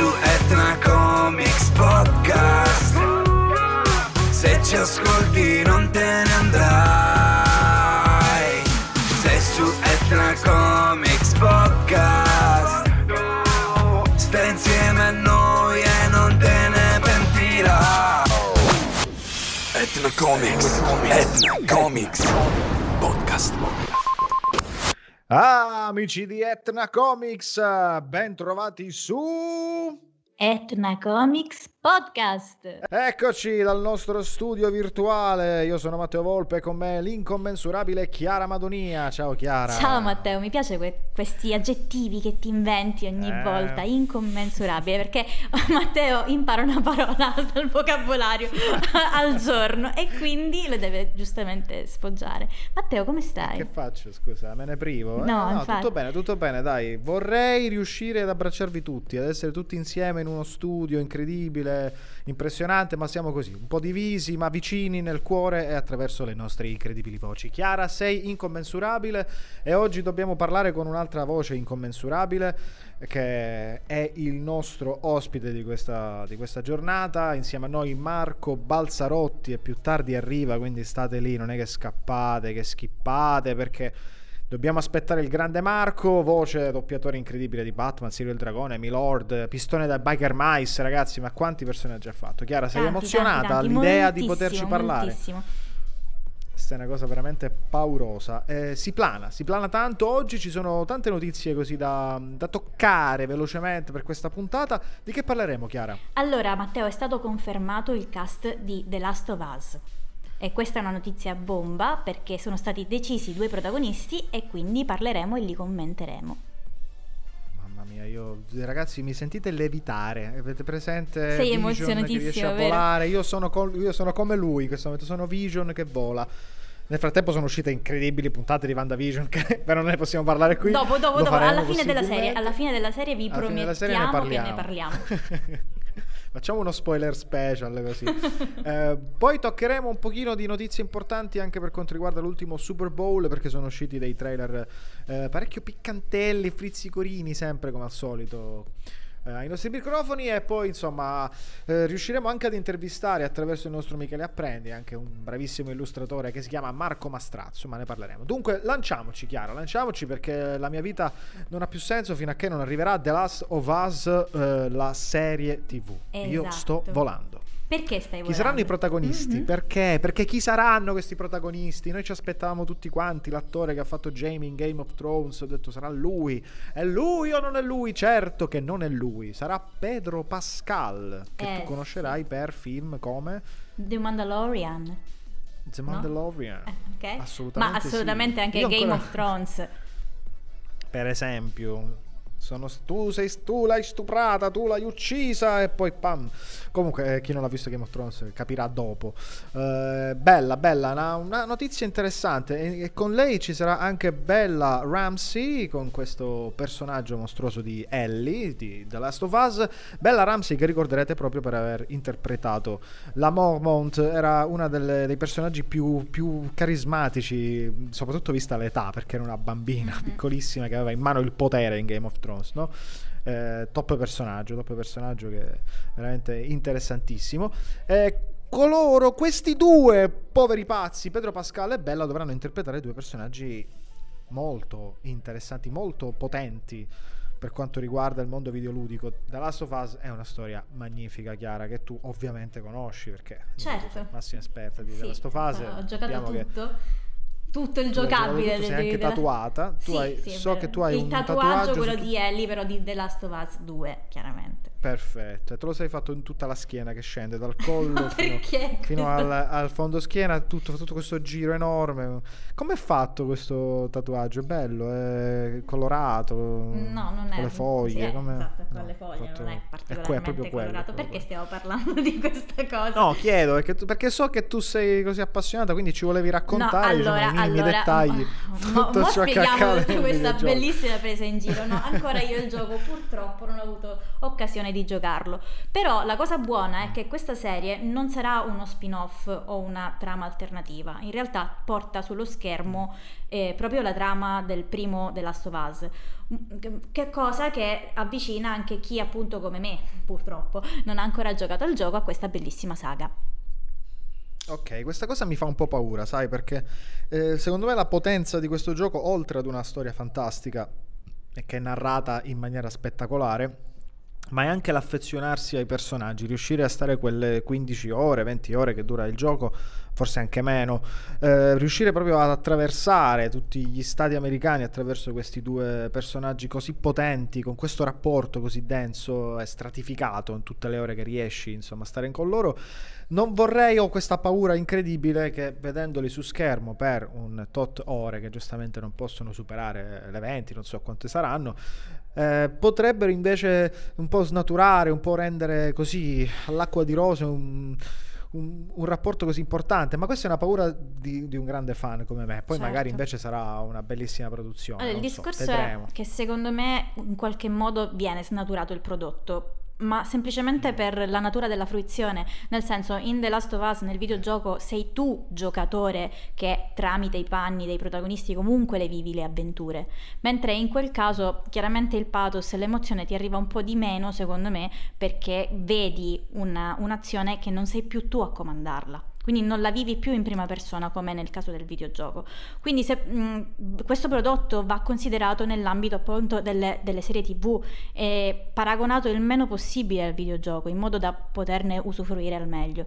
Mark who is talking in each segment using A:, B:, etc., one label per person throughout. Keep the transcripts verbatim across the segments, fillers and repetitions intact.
A: su Etna Comics Podcast. Se ci ascolti non te ne andrai. Sei su Etna Comics Podcast. Stai insieme a noi e non te ne pentirai. Etna Comics, Etna Comics Podcast.
B: Ah, amici di Etna Comics, ben trovati su
C: Etna Comics Podcast.
B: Eccoci dal nostro studio virtuale. Io sono Matteo Volpe e con me l'incommensurabile Chiara Madonia. Ciao Chiara.
C: Ciao Matteo, mi piace que- questi aggettivi che ti inventi ogni
B: eh.
C: volta, incommensurabile, perché Matteo impara una parola dal vocabolario al giorno e quindi lo deve giustamente sfoggiare. Matteo, come stai?
B: Che faccio, scusa, me ne privo?
C: No,
B: eh, no
C: infatti.
B: tutto bene, tutto bene, dai. Vorrei riuscire ad abbracciarvi tutti, ad essere tutti insieme in uno studio incredibile, impressionante, ma siamo così, un po' divisi ma vicini nel cuore e attraverso le nostre incredibili voci. Chiara, sei incommensurabile e oggi dobbiamo parlare con un'altra voce incommensurabile che è il nostro ospite di questa, di questa giornata. Insieme a noi Marco Balzarotti, e più tardi arriva, quindi state lì, non è che scappate, che schippate, perché dobbiamo aspettare il grande Marco, voce doppiatore incredibile di Batman, Sirio il Dragone, Milord, Pistone da Biker Mice, ragazzi, ma quanti personaggi ha fatto? Chiara, sei
C: Tanti,
B: emozionata
C: tanti, tanti.
B: all'idea di
C: Moltissimo,
B: poterci parlare?
C: moltissimo.
B: Questa è una cosa veramente paurosa. Eh, si plana, si plana tanto. Oggi ci sono tante notizie così da, da toccare velocemente per questa puntata. Di che parleremo, Chiara?
C: Allora, Matteo, è stato confermato il cast di The Last of Us. E questa è una notizia bomba perché sono stati decisi due protagonisti e quindi parleremo e li commenteremo.
B: Mamma mia, io ragazzi, mi sentite levitare? Avete presente
C: Sei
B: Vision
C: emozionatissimo,
B: che riesce a
C: vero?
B: volare? Io sono, col- io sono come lui in questo momento, sono Vision che vola. Nel frattempo sono uscite incredibili puntate di WandaVision che però non ne possiamo parlare qui.
C: Dopo, dopo,
B: Lo
C: dopo,
B: faremo
C: alla fine della serie,
B: possibilmente.
C: alla fine della serie vi
B: Alla fine della serie ne
C: promettiamo che ne
B: parliamo.
C: parliamo.
B: Facciamo uno spoiler special così. eh, poi toccheremo un pochino di notizie importanti anche per quanto riguarda l'ultimo Super Bowl, perché sono usciti dei trailer eh, parecchio piccantelli, frizzicorini, sempre come al solito eh, ai nostri microfoni. E poi insomma eh, riusciremo anche ad intervistare attraverso il nostro Michele Apprendi anche un bravissimo illustratore che si chiama Marco Mastrazzo, ma ne parleremo. Dunque lanciamoci, Chiara, lanciamoci, perché la mia vita non ha più senso fino a che non arriverà The Last of Us, eh, la serie tivù. Io
C: Esatto.
B: sto volando.
C: Perché stai volando?
B: Chi saranno i protagonisti?
C: Mm-hmm.
B: Perché? Perché chi saranno questi protagonisti? Noi ci aspettavamo tutti quanti l'attore che ha fatto Jaime in Game of Thrones. Ho detto sarà lui. È lui o non è lui? Certo che non è lui. Sarà Pedro Pascal, che
C: Eh,
B: tu conoscerai per film come
C: The Mandalorian.
B: The
C: No?
B: Mandalorian.
C: Eh, ok.
B: Assolutamente
C: Ma assolutamente
B: sì.
C: anche
B: Io
C: Game
B: ancora-
C: of Thrones.
B: Per esempio, sono, tu, sei, tu l'hai stuprata, tu l'hai uccisa e poi pam. Comunque eh, chi non ha visto Game of Thrones capirà dopo. eh, Bella, bella, una, una notizia interessante. E, e con lei ci sarà anche Bella Ramsey, con questo personaggio mostruoso di Ellie di The Last of Us. Bella Ramsey, che ricorderete proprio per aver interpretato la Mormont. Era una delle, dei personaggi più, più carismatici, soprattutto vista l'età, perché era una bambina
C: Mm-hmm.
B: piccolissima che aveva in mano il potere in Game of Thrones, no? Eh, top personaggio, top personaggio che è veramente interessantissimo. Eh, coloro, questi due poveri pazzi, Pedro Pascal e Bella, dovranno interpretare due personaggi molto interessanti, molto potenti per quanto riguarda il mondo videoludico. The Last of Us è una storia magnifica, Chiara, che tu ovviamente conosci perché
C: Certo.
B: massima esperta di
C: Sì,
B: The Last of Us.
C: ho giocato
B: Sappiamo che
C: tutto. Tutto il giocabile.
B: tu sei
C: de-
B: anche
C: della-
B: tatuata. Tu
C: Sì,
B: hai,
C: sì, è
B: so
C: vero.
B: che tu hai
C: il
B: un
C: tatuaggio,
B: tatuaggio
C: quello
B: su tu-
C: di Ellie, però di The Last of Us due, chiaramente.
B: Perfetto, e te lo sei fatto in tutta la schiena, che scende dal collo fino,
C: Perché?
B: fino al, al fondo schiena, tutto, tutto questo giro enorme. Com'è fatto questo tatuaggio? È bello, è colorato,
C: No, non è
B: con le foglie,
C: sì, è,
B: com'è?
C: esatto, con
B: No,
C: le foglie,
B: fatto-
C: non è
B: è que- è
C: particolarmente
B: proprio quello,
C: colorato.
B: proprio
C: Perché
B: quello.
C: stiamo parlando di questa cosa?
B: No, chiedo perché, tu- perché so che tu sei così appassionata, quindi ci volevi raccontare,
C: No,
B: diciamo,
C: allora,
B: i minimi
C: allora,
B: dettagli.
C: mo, mo spieghiamo questa
B: videogioco.
C: bellissima presa in giro. No, ancora io il gioco purtroppo non ho avuto occasione di giocarlo. Però la cosa buona è che questa serie non sarà uno spin-off o una trama alternativa. In realtà porta sullo schermo eh, proprio la trama del primo The Last of Us. Che cosa che avvicina anche chi appunto come me, purtroppo, non ha ancora giocato al gioco a questa bellissima saga.
B: Ok, questa cosa mi fa un po' paura, sai, perché eh, secondo me la potenza di questo gioco, oltre ad una storia fantastica e che è narrata in maniera spettacolare, ma è anche l'affezionarsi ai personaggi, riuscire a stare quelle quindici ore, venti ore che dura il gioco, forse anche meno, eh, riuscire proprio ad attraversare tutti gli stati americani attraverso questi due personaggi così potenti, con questo rapporto così denso e stratificato in tutte le ore che riesci, insomma, a stare con loro. Non vorrei, ho questa paura incredibile che vedendoli su schermo per un tot ore, che giustamente non possono superare le venti, non so quante saranno, eh, potrebbero invece un po' snaturare, un po' rendere così all'acqua di rose un, un, un rapporto così importante. Ma questa è una paura di, di un grande fan come me. Poi
C: certo.
B: magari invece sarà una bellissima produzione.
C: Allora, il
B: so,
C: discorso
B: vedremo.
C: è che secondo me in qualche modo viene snaturato il prodotto, ma semplicemente per la natura della fruizione, nel senso, in The Last of Us, nel videogioco, sei tu giocatore che tramite i panni dei protagonisti comunque le vivi le avventure, mentre in quel caso chiaramente il pathos e l'emozione ti arriva un po' di meno, secondo me, perché vedi una, un'azione che non sei più tu a comandarla. Quindi non la vivi più in prima persona come nel caso del videogioco. Quindi se, mh, questo prodotto va considerato nell'ambito appunto delle, delle serie tv e paragonato il meno possibile al videogioco, in modo da poterne usufruire al meglio.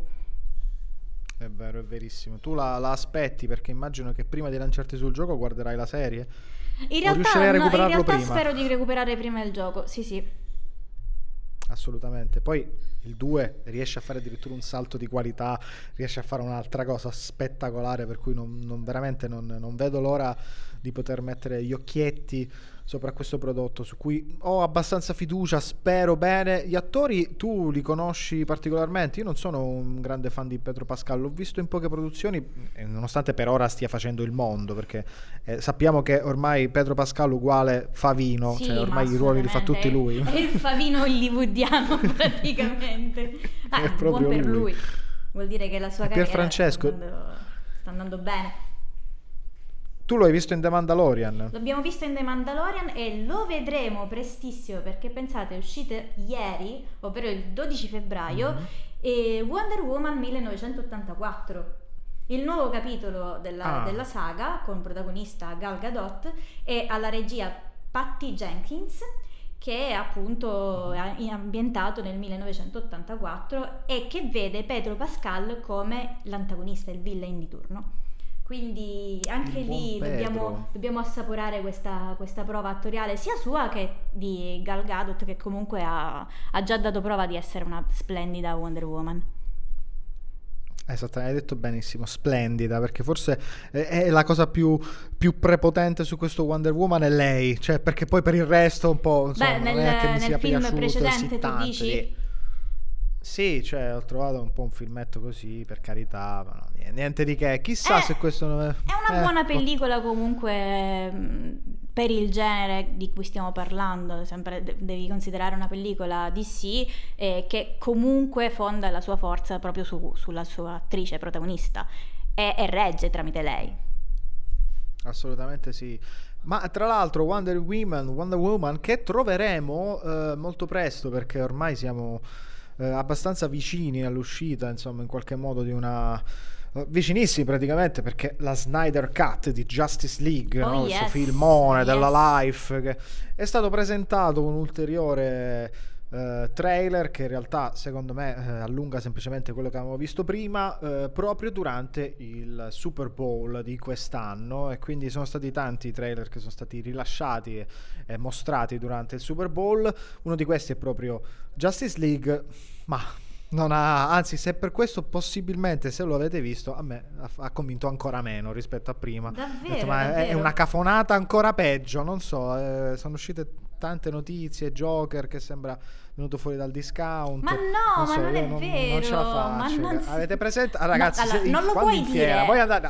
B: È vero, è verissimo. Tu la, la aspetti, perché immagino che prima di lanciarti sul gioco guarderai la serie?
C: In
B: O
C: realtà,
B: riuscirai a
C: no, in
B: recuperarlo
C: realtà
B: prima?
C: spero di recuperare prima il gioco, sì sì.
B: Assolutamente. Poi il due riesce a fare addirittura un salto di qualità, riesce a fare un'altra cosa spettacolare, per cui non, non veramente non, non vedo l'ora di poter mettere gli occhietti sopra questo prodotto, su cui ho abbastanza fiducia, spero bene. Gli attori tu li conosci particolarmente? Io non sono un grande fan di Pedro Pascal, l'ho visto in poche produzioni, nonostante per ora stia facendo il mondo, perché eh, sappiamo che ormai Pedro Pascal uguale Favino,
C: Sì,
B: cioè ormai
C: ma
B: i ruoli li fa tutti
C: assolutamente,
B: lui.
C: è il Favino hollywoodiano praticamente. Ah,
B: È
C: buon
B: proprio
C: per
B: lui.
C: lui, vuol dire che la sua
B: E
C: carriera
B: Pierfrancesco,
C: sta andando, sta andando bene.
B: tu lo hai visto in The Mandalorian?
C: L'abbiamo visto in The Mandalorian e lo vedremo prestissimo, perché pensate, è uscito ieri, ovvero il dodici febbraio,
B: Mm-hmm.
C: e Wonder Woman millenovecentottantaquattro, il nuovo capitolo della,
B: Ah.
C: della saga, con protagonista Gal Gadot e alla regia Patty Jenkins, che è appunto ambientato nel millenovecentottantaquattro e che vede Pedro Pascal come l'antagonista, il villain di turno. Quindi anche
B: Il buon
C: lì
B: Pedro.
C: dobbiamo, dobbiamo assaporare questa, questa prova attoriale, sia sua che di Gal Gadot, che comunque ha, ha già dato prova di essere una splendida Wonder Woman.
B: Esatto, hai detto benissimo, splendida, perché forse è, è la cosa più, più prepotente su questo Wonder Woman è lei, cioè perché poi per il resto un po', insomma,
C: Beh, nel,
B: non è che mi
C: nel
B: sia
C: film
B: piaciuto
C: precedente
B: sì
C: tu
B: tanto
C: dici?
B: di- Sì, cioè ho trovato un po' un filmetto così, per carità, ma no, niente di che, chissà
C: Eh,
B: se questo non è...
C: È una
B: eh,
C: buona
B: oh,
C: pellicola comunque, mh, per il genere di cui stiamo parlando. Sempre de- devi considerare una pellicola D C eh, che comunque fonda la sua forza proprio su- sulla sua attrice protagonista e, e regge tramite lei.
B: Assolutamente sì. Ma tra l'altro Wonder Woman, Wonder Woman che troveremo eh, molto presto, perché ormai siamo eh, abbastanza vicini all'uscita, insomma, in qualche modo di una eh, vicinissimi praticamente, perché la Snyder Cut di Justice League,
C: Oh,
B: no? Questo
C: yes,
B: filmone
C: yes.
B: della Life, che è stato presentato un ulteriore eh, trailer che in realtà secondo me eh, allunga semplicemente quello che avevamo visto prima, eh, proprio durante il Super Bowl di quest'anno, e quindi sono stati tanti i trailer che sono stati rilasciati e, e mostrati durante il Super Bowl. Uno di questi è proprio Justice League, ma non ha, anzi, se per questo possibilmente, se lo avete visto, a me ha, ha convinto ancora meno rispetto a prima.
C: Davvero,
B: Ho detto, ma è, è
C: davvero?
B: una cafonata ancora peggio, non so, eh, sono uscite tante notizie, Joker che sembra venuto fuori dal discount.
C: Ma no,
B: so,
C: ma non
B: io
C: è
B: non,
C: vero,
B: non ce la
C: ma
B: faccio.
C: non si-
B: Avete presente? Ah, ragazzi,
C: No, allora,
B: se-
C: non lo
B: quando
C: puoi
B: in fiera,
C: dire.
B: voi andate, no,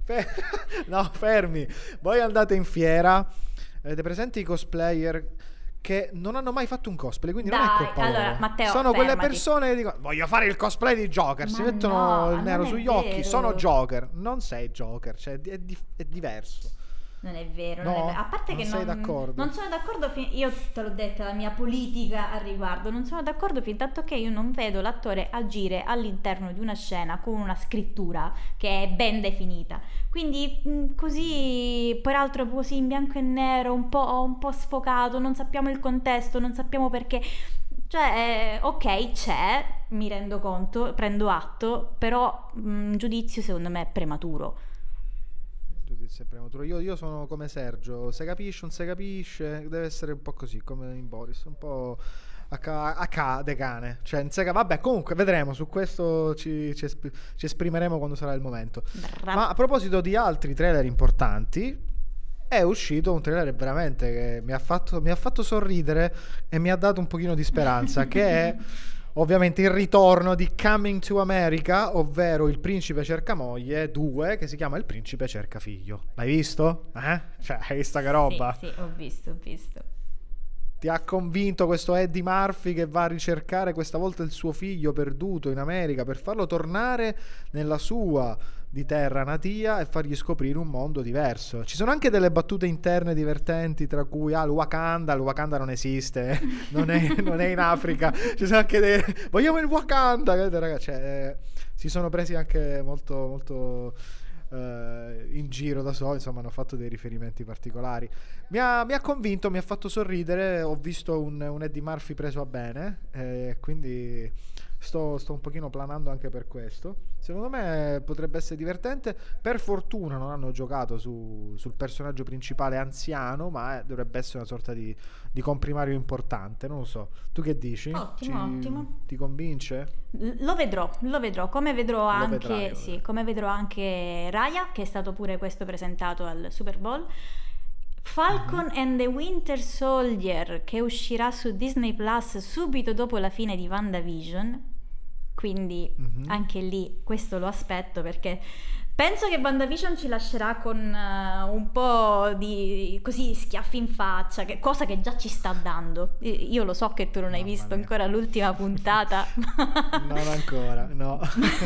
B: No, fermi. Voi andate in fiera, avete presenti i cosplayer che non hanno mai fatto un cosplay, quindi
C: Dai,
B: non è colpa
C: allora,
B: loro.
C: Matteo,
B: sono quelle
C: fermati.
B: persone che dicono voglio fare il cosplay di Joker,
C: Ma
B: si mettono
C: no,
B: il nero
C: non è
B: sugli occhi,
C: vero.
B: sono Joker. Non sei Joker, cioè è, di- è diverso.
C: Non è vero,
B: No?
C: non è vero. A parte
B: Non
C: che
B: sei
C: non,
B: d'accordo?
C: non sono d'accordo, fin- io te l'ho detta la mia politica al riguardo, non sono d'accordo fin tanto che io non vedo l'attore agire all'interno di una scena con una scrittura che è ben definita. Quindi mh, così, peraltro così in bianco e nero, un po', un po' sfocato, non sappiamo il contesto, non sappiamo perché. Cioè, eh, ok, c'è, mi rendo conto, prendo atto, però un giudizio secondo me è prematuro.
B: Giudizio è prematuro. Io, io sono come Sergio, se capisce, non si capisce, deve essere un po' così, come in Boris, un po' a ca, a ca de cane. Cioè, non si ca- vabbè, comunque vedremo, su questo ci, ci, esp- ci esprimeremo quando sarà il momento.
C: Bra-
B: Ma a proposito di altri trailer importanti, è uscito un trailer veramente che mi ha fatto, mi ha fatto sorridere e mi ha dato un pochino di speranza, che è ovviamente il ritorno di Coming to America, ovvero Il principe cerca moglie due, che si chiama Il principe cerca figlio. L'hai visto? Eh? Cioè, hai visto che roba?
C: Sì, sì, ho visto, ho visto.
B: Ti ha convinto questo Eddie Murphy che va a ricercare questa volta il suo figlio perduto in America per farlo tornare nella sua di terra natia e fargli scoprire un mondo diverso. Ci sono anche delle battute interne divertenti, tra cui ah, il Wakanda, il Wakanda non esiste, non è, non è in Africa. Ci sono anche dei vogliamo il Wakanda, capite, ragazzi? Cioè, eh, si sono presi anche molto molto Uh, in giro da solo, insomma hanno fatto dei riferimenti particolari. Mi ha, mi ha convinto, mi ha fatto sorridere. Ho visto un, un Eddie Murphy preso a bene, eh, quindi sto, sto un pochino planando anche per questo. Secondo me potrebbe essere divertente. Per fortuna non hanno giocato su, sul personaggio principale anziano, ma eh, dovrebbe essere una sorta di, di comprimario importante. Non lo so, tu che dici?
C: Ottimo,
B: Ci-
C: ottimo.
B: Ti convince?
C: L- Lo vedrò, lo vedrò, come vedrò anche,
B: vedrai, lo
C: sì,
B: vedrai.
C: come vedrò anche Raya, che è stato pure questo presentato al Super Bowl. Falcon
B: Mhm.
C: and the Winter Soldier, che uscirà su Disney Plus subito dopo la fine di WandaVision. Quindi
B: Mhm.
C: anche lì questo lo aspetto, perché penso che WandaVision ci lascerà con eh, un po' di così schiaffi in faccia, che, cosa che già ci sta dando. I- Io lo so che tu non hai
B: Mamma
C: visto
B: mia.
C: ancora l'ultima puntata.
B: Non ancora, no.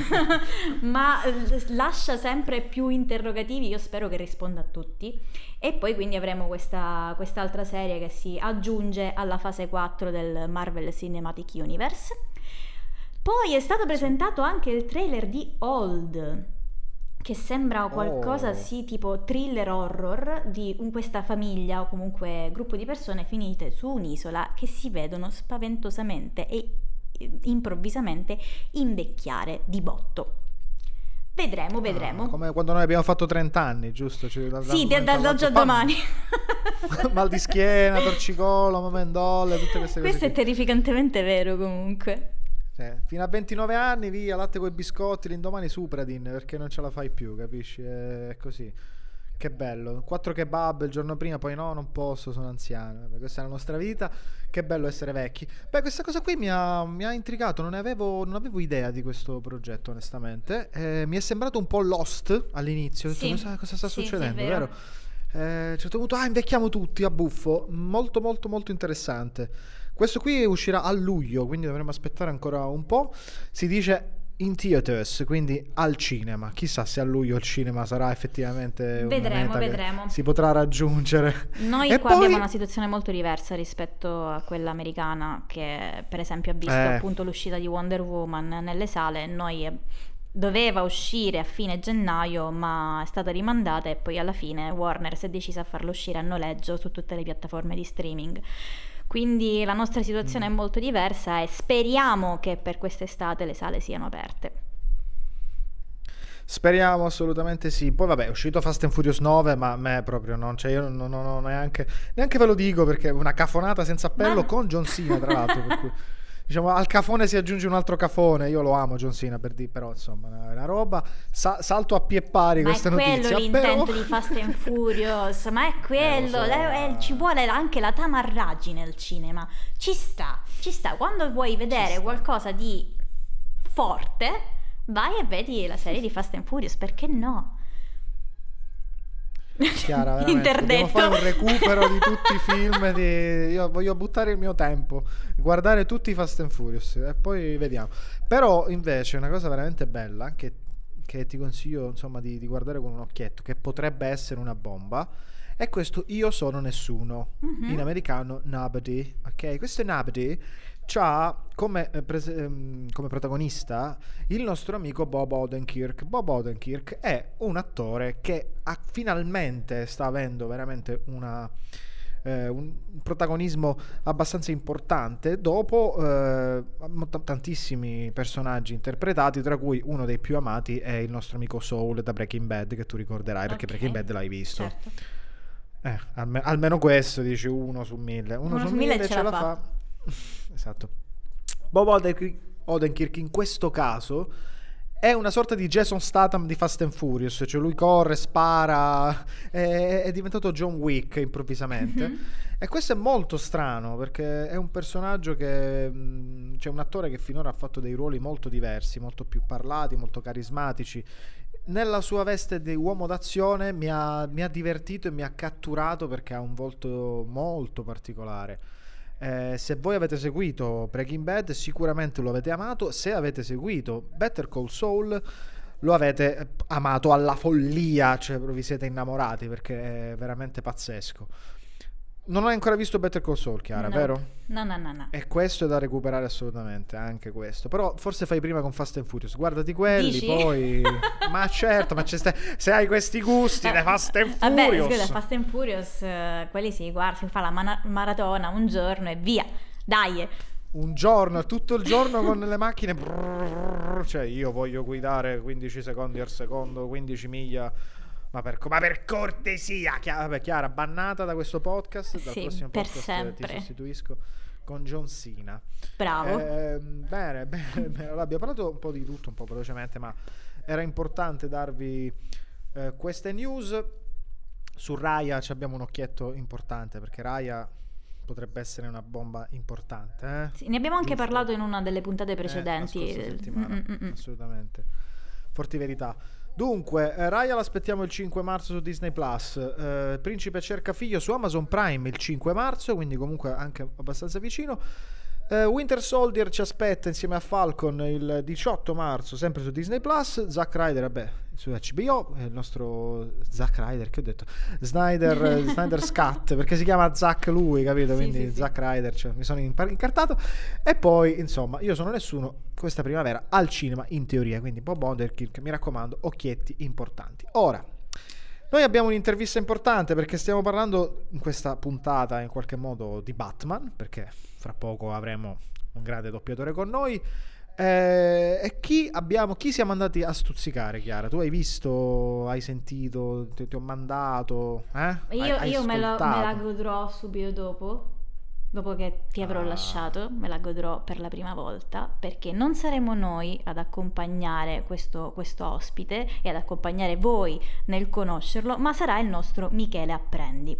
C: Ma eh, lascia sempre più interrogativi, io spero che risponda a tutti. E poi quindi avremo questa, quest'altra serie che si aggiunge alla fase quattro del Marvel Cinematic Universe. Poi è stato presentato anche il trailer di Old, che sembra qualcosa
B: Oh.
C: sì tipo thriller horror di un- questa famiglia o comunque gruppo di persone finite su un'isola che si vedono spaventosamente e eh, improvvisamente invecchiare di botto. Vedremo, vedremo.
B: Ah, come quando noi abbiamo fatto trenta anni, giusto? Cioè, da-
C: Sì,
B: da-
C: da- dall'oggi al
B: pam!
C: domani.
B: Mal di schiena, torcicolo, momendolle, tutte queste cose.
C: Questo è
B: qui.
C: terrificantemente vero comunque.
B: Cioè, fino a ventinove anni, via, latte coi biscotti, l'indomani Supradin, perché non ce la fai più, capisci? È così. Che bello. Quattro kebab il giorno prima, poi no, non posso, sono anziano. Vabbè, questa è la nostra vita. Che bello essere vecchi. Beh, questa cosa qui mi ha, mi ha intrigato, non ne avevo, non avevo idea di questo progetto, onestamente. Eh, mi è sembrato un po' Lost all'inizio. Ho detto,
C: Sì.
B: cosa, cosa sta
C: Sì, sì,
B: succedendo,
C: è vero.
B: vero? Eh, a un certo punto, ah, invecchiamo tutti a buffo. Molto, molto, molto interessante. Questo qui uscirà a luglio, quindi dovremo aspettare ancora un po'. Si dice in theaters, quindi al cinema. Chissà se a luglio il cinema sarà effettivamente una
C: Vedremo,
B: meta che
C: vedremo.
B: si potrà raggiungere.
C: Noi
B: E
C: qua
B: poi-
C: abbiamo una situazione molto diversa rispetto a quella americana, che per esempio ha visto
B: Eh.
C: appunto l'uscita di Wonder Woman nelle sale. Noi eh, doveva uscire a fine gennaio, ma è stata rimandata e poi alla fine Warner si è decisa a farlo uscire a noleggio su tutte le piattaforme di streaming. Quindi la nostra situazione
B: Mm.
C: è molto diversa e speriamo che per quest'estate le sale siano aperte.
B: Speriamo assolutamente sì. Poi vabbè, è uscito Fast and Furious nove, ma a me proprio non, cioè io non, non, non ho neanche, neanche ve lo dico perché è una cafonata senza appello
C: Ma-
B: con John Cena, tra l'altro, per cui, diciamo, al cafone si aggiunge un altro cafone. Io lo amo John Cena, per dire, però insomma è una roba. Sa- salto a pie pari
C: Ma è
B: questa
C: quello
B: notizia,
C: l'intento
B: però
C: di Fast and Furious, ma è quello,
B: Eh, lo so.
C: le- eh, ci vuole anche la tamarragine al cinema, ci sta, ci sta, quando vuoi vedere
B: sta.
C: qualcosa di forte, vai e vedi la serie di Fast and Furious, perché no?
B: Chiara, veramente, dobbiamo fare un recupero di tutti i film di... Io voglio buttare il mio tempo, guardare tutti i Fast and Furious e poi vediamo. Però invece una cosa veramente bella che, che ti consiglio insomma di, di guardare con un occhietto, che potrebbe essere una bomba, è questo Io sono nessuno, mm-hmm. in americano Nobody, ok? Questo Nobody c'ha come, eh, pres- ehm, come protagonista il nostro amico Bob Odenkirk. Bob Odenkirk è un attore che ha, finalmente sta avendo veramente una, eh, un protagonismo abbastanza importante dopo eh, t- tantissimi personaggi interpretati, tra cui uno dei più amati è il nostro amico Saul da Breaking Bad, che tu ricorderai perché okay. Breaking Bad l'hai visto.
C: Certo.
B: Eh, alme- almeno questo dici uno su mille. Uno, uno su mille, mille ce la fa. fa. Esatto. Bob Odenkirk, Odenkirk in questo caso è una sorta di Jason Statham di Fast and Furious, cioè lui corre, spara, è, è diventato John Wick improvvisamente. Mm-hmm. E questo è molto strano perché è un personaggio che c'è cioè un attore che finora ha fatto dei ruoli molto diversi, molto più parlati, molto carismatici. Nella sua veste di uomo d'azione mi ha, mi ha divertito e mi ha catturato perché ha un volto molto particolare. Eh, se voi avete seguito Breaking Bad sicuramente lo avete amato, se avete seguito Better Call Saul lo avete amato alla follia, cioè vi siete innamorati perché è veramente pazzesco. Non hai ancora visto Better Call Saul, Chiara,
C: no.
B: vero?
C: No, no, no, no.
B: E questo è da recuperare assolutamente, anche questo. Però forse fai prima con Fast and Furious. Guardati quelli, Dici? Poi... ma certo, ma c'è sta... se hai questi gusti da Fast and Furious.
C: Vabbè, scusa, Fast and Furious, uh, quelli si guarda, si fa la man- maratona un giorno e via. Dai.
B: Un giorno, tutto il giorno con le macchine. Brrr, cioè io voglio guidare quindici secondi al secondo, quindici miglia... Ma per, ma per cortesia, Chiara, vabbè, Chiara, bannata da questo podcast, dal
C: sì,
B: prossimo
C: per
B: podcast
C: sempre.
B: Ti sostituisco con John Cena.
C: Bravo.
B: Eh, bene, bene, bene. Allora, abbiamo parlato un po' di tutto, un po' velocemente, ma era importante darvi eh, queste news. Su Raya ci abbiamo un occhietto importante, perché Raya potrebbe essere una bomba importante. Eh?
C: Sì, ne abbiamo anche
B: Giusto?
C: parlato in una delle puntate precedenti.
B: Eh, la scorsa settimana,
C: Mm-mm-mm.
B: assolutamente. Forti verità. Dunque, eh, Raya l'aspettiamo il cinque marzo su Disney Plus, eh, Principe cerca figlio su Amazon Prime il cinque marzo, quindi comunque anche abbastanza vicino. eh, Winter Soldier ci aspetta insieme a Falcon il diciotto marzo, sempre su Disney Plus. Zack Ryder, vabbè, su H B O, il nostro Zack Ryder, che ho detto? Snyder, Snyder's Cut, perché si chiama Zack lui, capito?
C: Sì,
B: Quindi
C: sì, sì.
B: Zack Ryder, cioè, mi sono incartato. E poi, insomma, Io sono nessuno questa primavera al cinema in teoria, quindi Bob Odenkirk, mi raccomando, occhietti importanti. Ora, noi abbiamo un'intervista importante perché stiamo parlando in questa puntata in qualche modo di Batman, perché fra poco avremo un grande doppiatore con noi. Eh, e chi abbiamo, chi siamo andati a stuzzicare, Chiara? Tu hai visto, hai sentito, ti, ti ho mandato? Eh?
C: Io,
B: hai, hai
C: io me, la, me la
B: ascoltato?
C: godrò subito dopo. Dopo che ti avrò
B: Ah.
C: lasciato, me la godrò per la prima volta, perché non saremo noi ad accompagnare questo, questo ospite e ad accompagnare voi nel conoscerlo, ma sarà il nostro Michele Apprendi.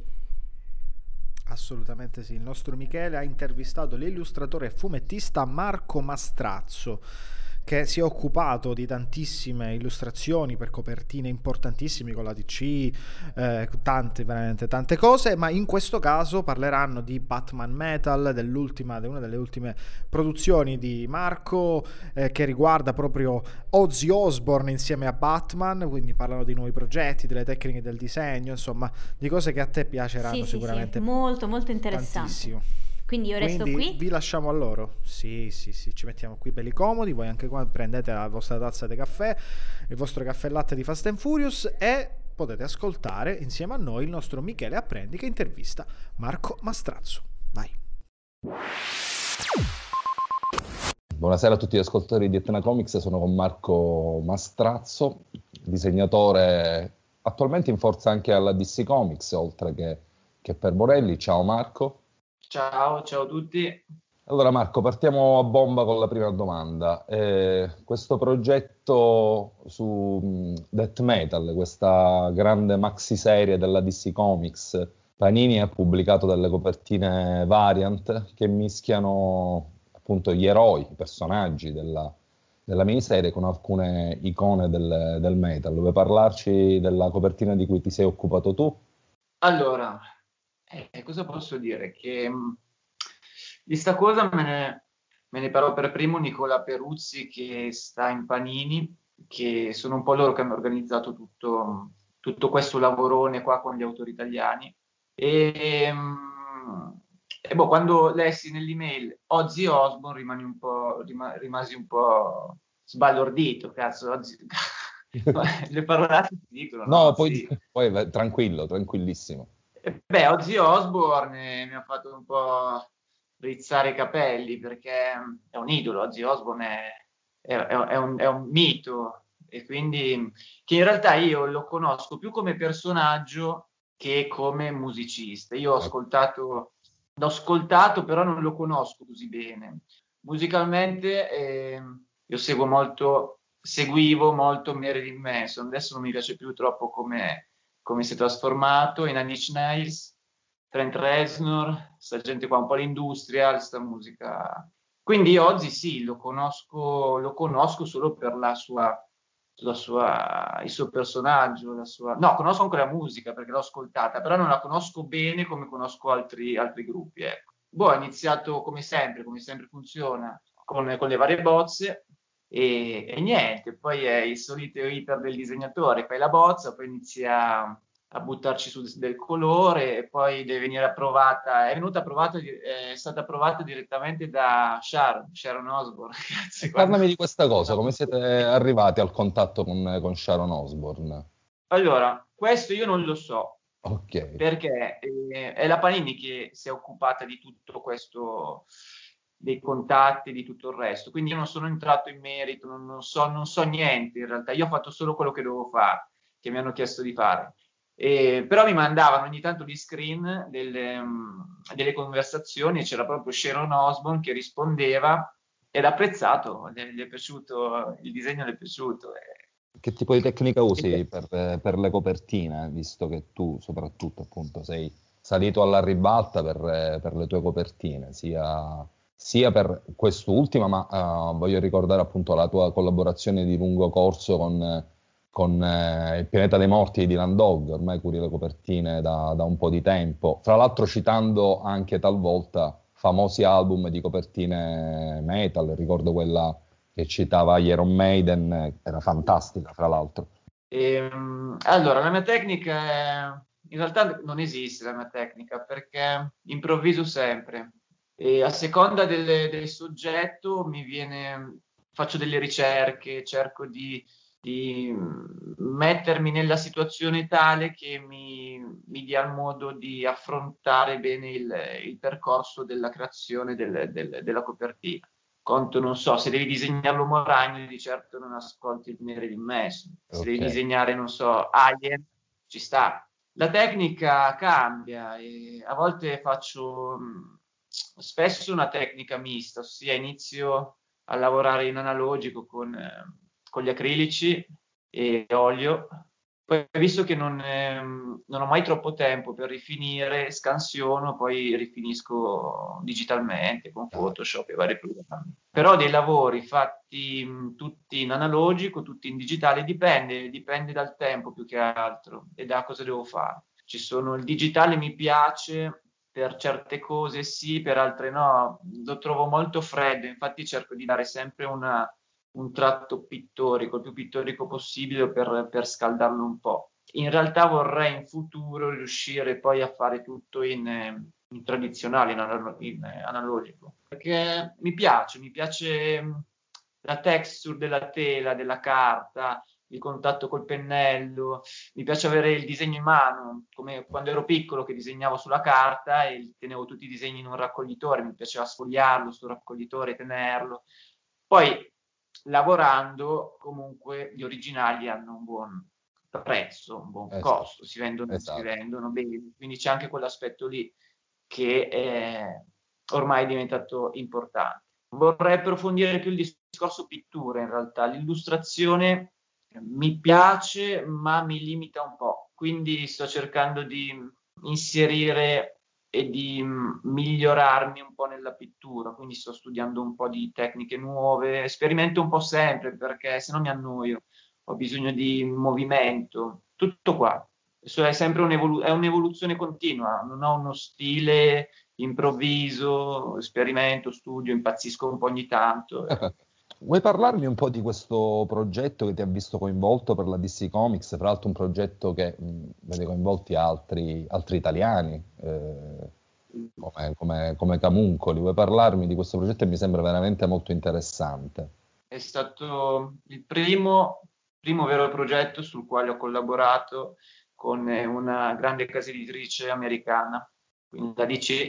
B: Assolutamente sì, il nostro Michele ha intervistato l'illustratore e fumettista Marco Mastrazzo, che si è occupato di tantissime illustrazioni per copertine importantissime con la D C, eh, tante, veramente tante cose, ma in questo caso parleranno di Batman Metal, dell'ultima, di una delle ultime produzioni di Marco, eh, che riguarda proprio Ozzy Osbourne insieme a Batman, quindi parlano di nuovi progetti, delle tecniche del disegno, insomma, di cose che a te piaceranno
C: Sì, sì,
B: sicuramente.
C: sì, molto, molto interessante.
B: Tantissimo.
C: Quindi io resto
B: Quindi
C: qui.
B: vi lasciamo a loro. Sì, sì, sì, ci mettiamo qui belli comodi. Voi anche qua prendete la vostra tazza di caffè, il vostro caffè latte di Fast and Furious e potete ascoltare insieme a noi il nostro Michele Apprendi che intervista Marco Mastrazzo. Vai.
D: Buonasera a tutti gli ascoltatori di Etna Comics, sono con Marco Mastrazzo, disegnatore attualmente in forza anche alla D C Comics, oltre che, che per Morelli. Ciao Marco.
E: Ciao, ciao a tutti.
D: Allora Marco, partiamo a bomba con la prima domanda. Eh, questo progetto su mh, Death Metal, questa grande maxi serie della D C Comics, Panini ha pubblicato delle copertine variant che mischiano appunto gli eroi, i personaggi della, della miniserie con alcune icone del, del metal. Vuoi parlarci della copertina di cui ti sei occupato tu?
E: Allora, eh, cosa posso dire? Che mh, di sta cosa me ne, me ne parlò per primo Nicola Peruzzi, che sta in Panini, che sono un po' loro che hanno organizzato tutto, tutto questo lavorone qua con gli autori italiani. E, mh, e boh, quando lessi nell'email Ozzy Osbourne rimani un po', rima- rimasi un po' sbalordito, cazzo, Ozzy... le parolacce ti dicono,
D: No,
E: no?
D: poi,
E: Sì.
D: poi vai, tranquillo, tranquillissimo.
E: E beh, Ozzy Osbourne mi ha fatto un po' rizzare i capelli perché è un idolo, Ozzy Osbourne è, è- è un, è un mito, e quindi che in realtà io lo conosco più come personaggio che come musicista. Io ho
D: Ecco.
E: ascoltato, l'ho ascoltato, però non lo conosco così bene. Musicalmente eh, io seguo molto, seguivo molto Marilyn Manson, adesso non mi piace più troppo come, come si è trasformato in Nine Inch Nails, Trent Reznor, sta gente qua, un po' l'industrial, sta musica. Quindi oggi sì, lo conosco, lo conosco solo per la sua, la sua, il suo personaggio, la sua... No, conosco anche la musica perché l'ho ascoltata, però non la conosco bene come conosco altri, altri gruppi, ecco. Boh, ho iniziato come sempre, come sempre funziona, con, con le varie bozze e, e niente, poi è il solito iter del disegnatore, fai la bozza, poi inizia a buttarci su del colore e poi deve venire approvata, è venuta approvata, è stata approvata direttamente da Sharon, Sharon Osbourne. Ragazzi,
D: E
E: quando...
D: parlami di questa cosa, come siete arrivati al contatto con, con Sharon Osbourne?
E: Allora, questo io non lo so,
D: Ok.
E: perché eh, è la Panini che si è occupata di tutto questo, dei contatti, di tutto il resto, quindi io non sono entrato in merito, non, non so, non so niente in realtà, io ho fatto solo quello che dovevo fare, che mi hanno chiesto di fare. Eh, però mi mandavano ogni tanto gli screen delle, um, delle conversazioni e c'era proprio Sharon Osbourne che rispondeva ed apprezzato, gli, gli è piaciuto, il disegno gli è piaciuto. E,
D: Che tipo di tecnica usi
E: e,
D: per, per le copertine, visto che tu soprattutto appunto sei salito alla ribalta per, per le tue copertine, sia, sia per quest'ultima, ma eh, voglio ricordare appunto la tua collaborazione di lungo corso con, con eh, Il pianeta dei morti di Dylan Dog, ormai curi le copertine da, da un po' di tempo, fra l'altro citando anche talvolta famosi album di copertine metal, ricordo quella che citava Iron Maiden, era fantastica, fra l'altro.
E: Ehm, allora, la mia tecnica è... In realtà non esiste la mia tecnica perché improvviso sempre e a seconda del, del soggetto mi viene, faccio delle ricerche, cerco di, di mettermi nella situazione tale che mi, mi dia il modo di affrontare bene il, il percorso della creazione del- del- della copertina. Conto, non so, se devi disegnare l'uomo ragno, di certo non ascolti il Marilyn Manson. Se devi
D: Ok.
E: disegnare, non so, Alien, ci sta. La tecnica cambia e a volte faccio mh, spesso una tecnica mista, ossia inizio a lavorare in analogico con, eh, con gli acrilici e olio. Poi, visto che non, ehm, non ho mai troppo tempo per rifinire, scansiono, poi rifinisco digitalmente con Photoshop e vari programmi. Però dei lavori fatti mh, tutti in analogico, tutti in digitale, dipende, dipende dal tempo più che altro e da cosa devo fare. Ci sono, il digitale mi piace per certe cose sì, per altre no, lo trovo molto freddo, infatti cerco di dare sempre una un tratto pittorico, il più pittorico possibile per, per scaldarlo un po'. In realtà vorrei in futuro riuscire poi a fare tutto in, eh, in tradizionale, in, analo- in, eh, analogico, perché mi piace, mi piace mh, la texture della tela, della carta, il contatto col pennello, mi piace avere il disegno in mano, come quando ero piccolo che disegnavo sulla carta e tenevo tutti i disegni in un raccoglitore, mi piaceva sfogliarlo sul raccoglitore e tenerlo. Poi lavorando comunque gli originali hanno un buon prezzo, un buon
D: Esatto,
E: costo, si vendono, si
D: esatto.
E: vendono bene, quindi c'è anche quell'aspetto lì che è ormai è diventato importante. Vorrei approfondire più il discorso pittura in realtà, l'illustrazione mi piace ma mi limita un po', quindi sto cercando di inserire e di mh, migliorarmi un po' nella pittura, quindi sto studiando un po' di tecniche nuove, sperimento un po' sempre perché se no mi annoio, ho bisogno di movimento, tutto qua. Adesso è sempre un'evolu- è un'evoluzione continua, non ho uno stile, improvviso, sperimento, studio, impazzisco un po' ogni tanto.
D: Vuoi parlarmi un po' di questo progetto che ti ha visto coinvolto per la D C Comics, tra l'altro un progetto che mh, vede coinvolti altri, altri italiani, eh, come, come, come Camuncoli. Vuoi parlarmi di questo progetto che mi sembra veramente molto interessante?
E: È stato il primo, primo vero progetto sul quale ho collaborato con una grande casa editrice americana, quindi la D C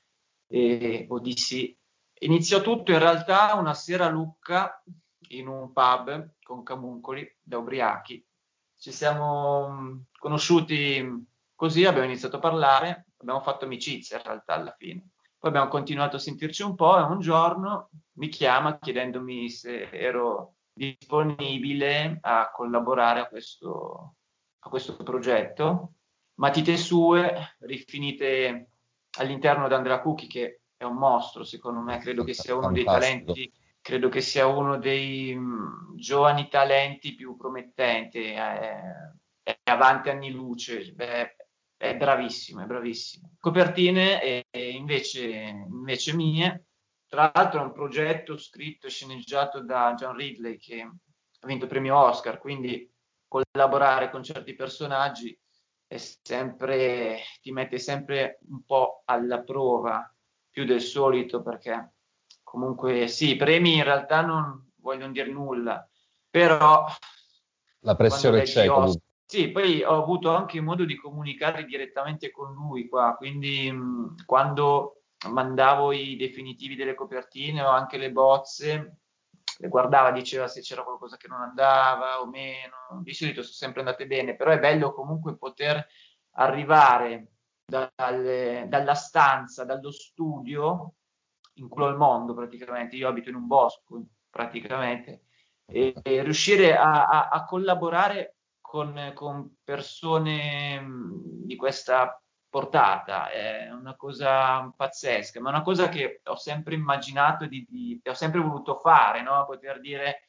E: e, o D C. Iniziò tutto in realtà una sera a Lucca in un pub con Camuncoli da ubriachi. Ci siamo mh, conosciuti così, abbiamo iniziato a parlare, abbiamo fatto amicizia in realtà alla fine. Poi abbiamo continuato a sentirci un po' e un giorno mi chiama chiedendomi se ero disponibile a collaborare a questo, a questo progetto. Matite sue, rifinite all'interno di Andrea Cucchi, che è un mostro, secondo me, credo che sia uno dei
D: Fantastico.
E: talenti, credo che sia uno dei mh, giovani talenti più promettenti, è, è avanti anni luce, beh, è bravissimo, è bravissimo. Copertine e, e invece, invece mie, tra l'altro è un progetto scritto e sceneggiato da John Ridley che ha vinto il premio Oscar, quindi collaborare con certi personaggi è sempre, ti mette sempre un po' alla prova, più del solito, perché comunque sì, i premi in realtà non vogliono dire nulla, però
D: La pressione
E: quando leggi
D: c'è
E: Oscar,
D: comunque.
E: sì, poi ho avuto anche modo di comunicare direttamente con lui qua, quindi mh, quando mandavo i definitivi delle copertine o anche le bozze, le guardava, diceva se c'era qualcosa che non andava o meno. Di solito sono sempre andate bene, però è bello comunque poter arrivare dalle, dalla stanza, dallo studio, in culo al mondo praticamente. Io abito in un bosco praticamente, e, e riuscire a, a, a collaborare con, con persone mh, di questa portata è una cosa pazzesca, ma è una cosa che ho sempre immaginato di, di ho sempre voluto fare, no? Poter dire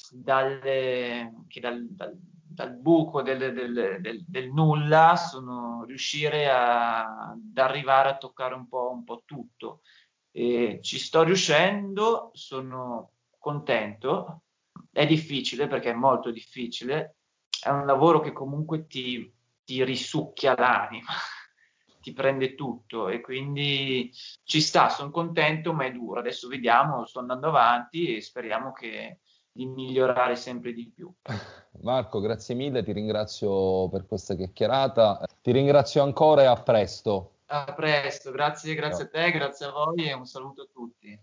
E: dalle, che dal, dal, dal buco del, del, del, del nulla sono riuscire a, ad arrivare a toccare un po', un po' tutto. E ci sto riuscendo, sono contento. È difficile perché è molto difficile, è un lavoro che comunque ti, ti risucchia l'anima, ti prende tutto e quindi ci sta, sono contento, ma è duro. Adesso vediamo, sto andando avanti e speriamo che di migliorare sempre di più.
D: Marco, grazie mille, ti ringrazio per questa chiacchierata, ti ringrazio ancora e a presto.
E: A presto, grazie, grazie a te, grazie a voi e un saluto a tutti.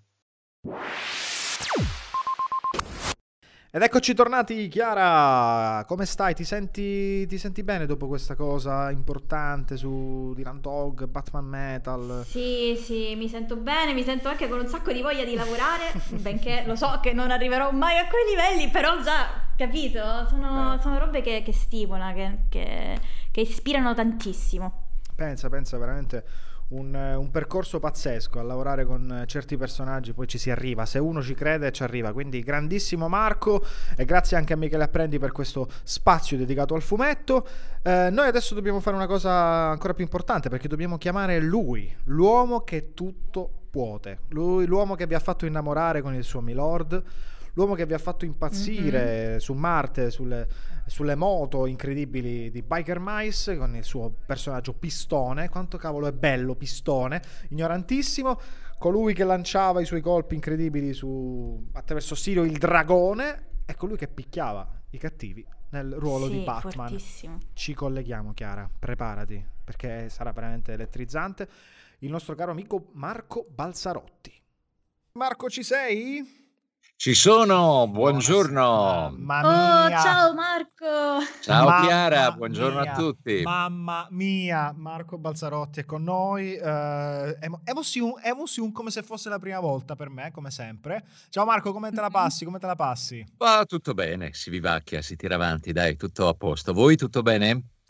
B: Ed eccoci tornati, Chiara, come stai? Ti senti, ti senti bene dopo questa cosa importante su Dylan Dog, Batman Metal?
C: Sì, sì, mi sento bene, mi sento anche con un sacco di voglia di lavorare, benché lo so che non arriverò mai a quei livelli, però già, capito? Sono, sono robe che, che stimolano, che, che, che ispirano tantissimo.
B: Pensa, pensa veramente un, un percorso pazzesco a lavorare con certi personaggi, poi ci si arriva, se uno ci crede ci arriva, quindi grandissimo Marco e grazie anche a Michele Apprendi per questo spazio dedicato al fumetto. Eh, noi adesso dobbiamo fare una cosa ancora più importante perché dobbiamo chiamare lui, l'uomo che tutto puote, lui, l'uomo che vi ha fatto innamorare con il suo Milord, l'uomo che vi ha fatto impazzire mm-hmm. su Marte, sulle, sulle moto incredibili di Biker Mice, con il suo personaggio Pistone. Quanto cavolo è bello Pistone, ignorantissimo. Colui che lanciava i suoi colpi incredibili su, attraverso Sirio il dragone, e colui che picchiava i cattivi nel ruolo
C: sì,
B: di Batman.
C: Fortissimo.
B: Ci colleghiamo, Chiara, preparati, perché sarà veramente elettrizzante. Il nostro caro amico Marco Balzarotti. Marco, ci sei?
F: Ci sono, buongiorno.
B: Mamma mia.
C: Oh, ciao Marco.
F: Ciao
B: Mamma
F: Chiara, buongiorno
B: mia.
F: a tutti.
B: Mamma mia, Marco Balzarotti è con noi. Uh, emozione, emozione come se fosse la prima volta per me, come sempre. Ciao Marco, come te la passi? Come te la passi?
F: Va tutto bene, si vivacchia, si tira avanti, dai, tutto a posto. Voi tutto bene?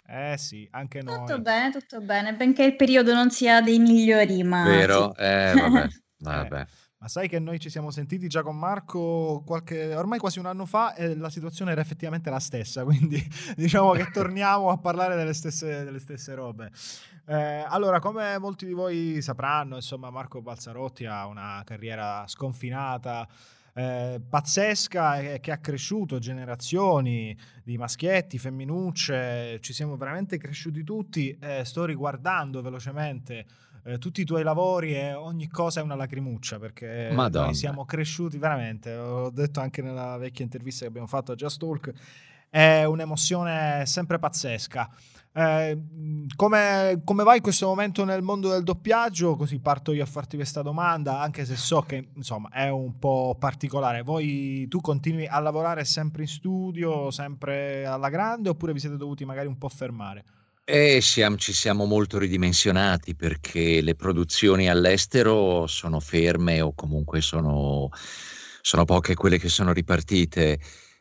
B: Eh sì, anche noi.
C: Tutto bene, tutto bene, benché il periodo non sia dei migliori, ma
F: Vero?
C: sì.
F: Eh, vabbè,
B: Eh,
F: vabbè.
B: ma sai che noi ci siamo sentiti già con Marco qualche, ormai quasi un anno fa e la situazione era effettivamente la stessa, quindi diciamo che torniamo a parlare delle stesse, delle stesse robe. Eh, allora, come molti di voi sapranno, insomma, Marco Balzarotti ha una carriera sconfinata, eh, pazzesca, e che ha cresciuto generazioni di maschietti, femminucce, ci siamo veramente cresciuti tutti. Eh, sto riguardando velocemente eh, tutti i tuoi lavori e ogni cosa è una lacrimuccia, perché
F: Madonna.
B: noi siamo cresciuti veramente, ho detto anche nella vecchia intervista che abbiamo fatto a Just Talk, è un'emozione sempre pazzesca. Eh, come, come vai in questo momento nel mondo del doppiaggio? Così parto io a farti questa domanda, anche se so che insomma è un po' particolare. Voi, tu continui a lavorare sempre in studio, sempre alla grande, oppure vi siete dovuti magari un po' fermare?
F: E siamo, ci siamo molto ridimensionati perché le produzioni all'estero sono ferme o comunque sono, sono poche quelle che sono ripartite.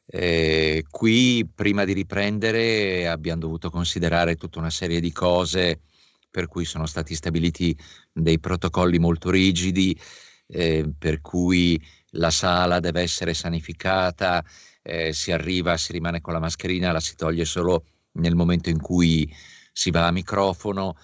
F: Eh, qui prima di riprendere abbiamo dovuto considerare tutta una serie di cose per cui sono stati stabiliti dei protocolli molto rigidi, eh, per cui la sala deve essere sanificata, eh, si arriva, si rimane con la mascherina, la si toglie solo nel momento in cui si va a microfono.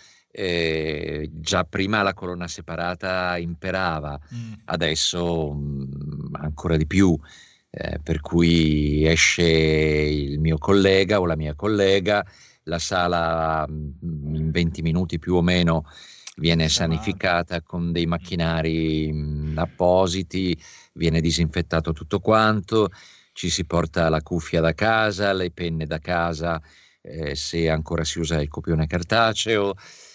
F: Eh, già prima la colonna separata imperava, mm. adesso mh, ancora di più. Eh, per cui esce il mio collega o la mia collega, la sala mh, in venti minuti più o meno viene sanificata con dei macchinari mh, appositi, viene disinfettato tutto quanto, ci si porta la cuffia da casa, le penne da casa, eh, se ancora si usa il copione cartaceo,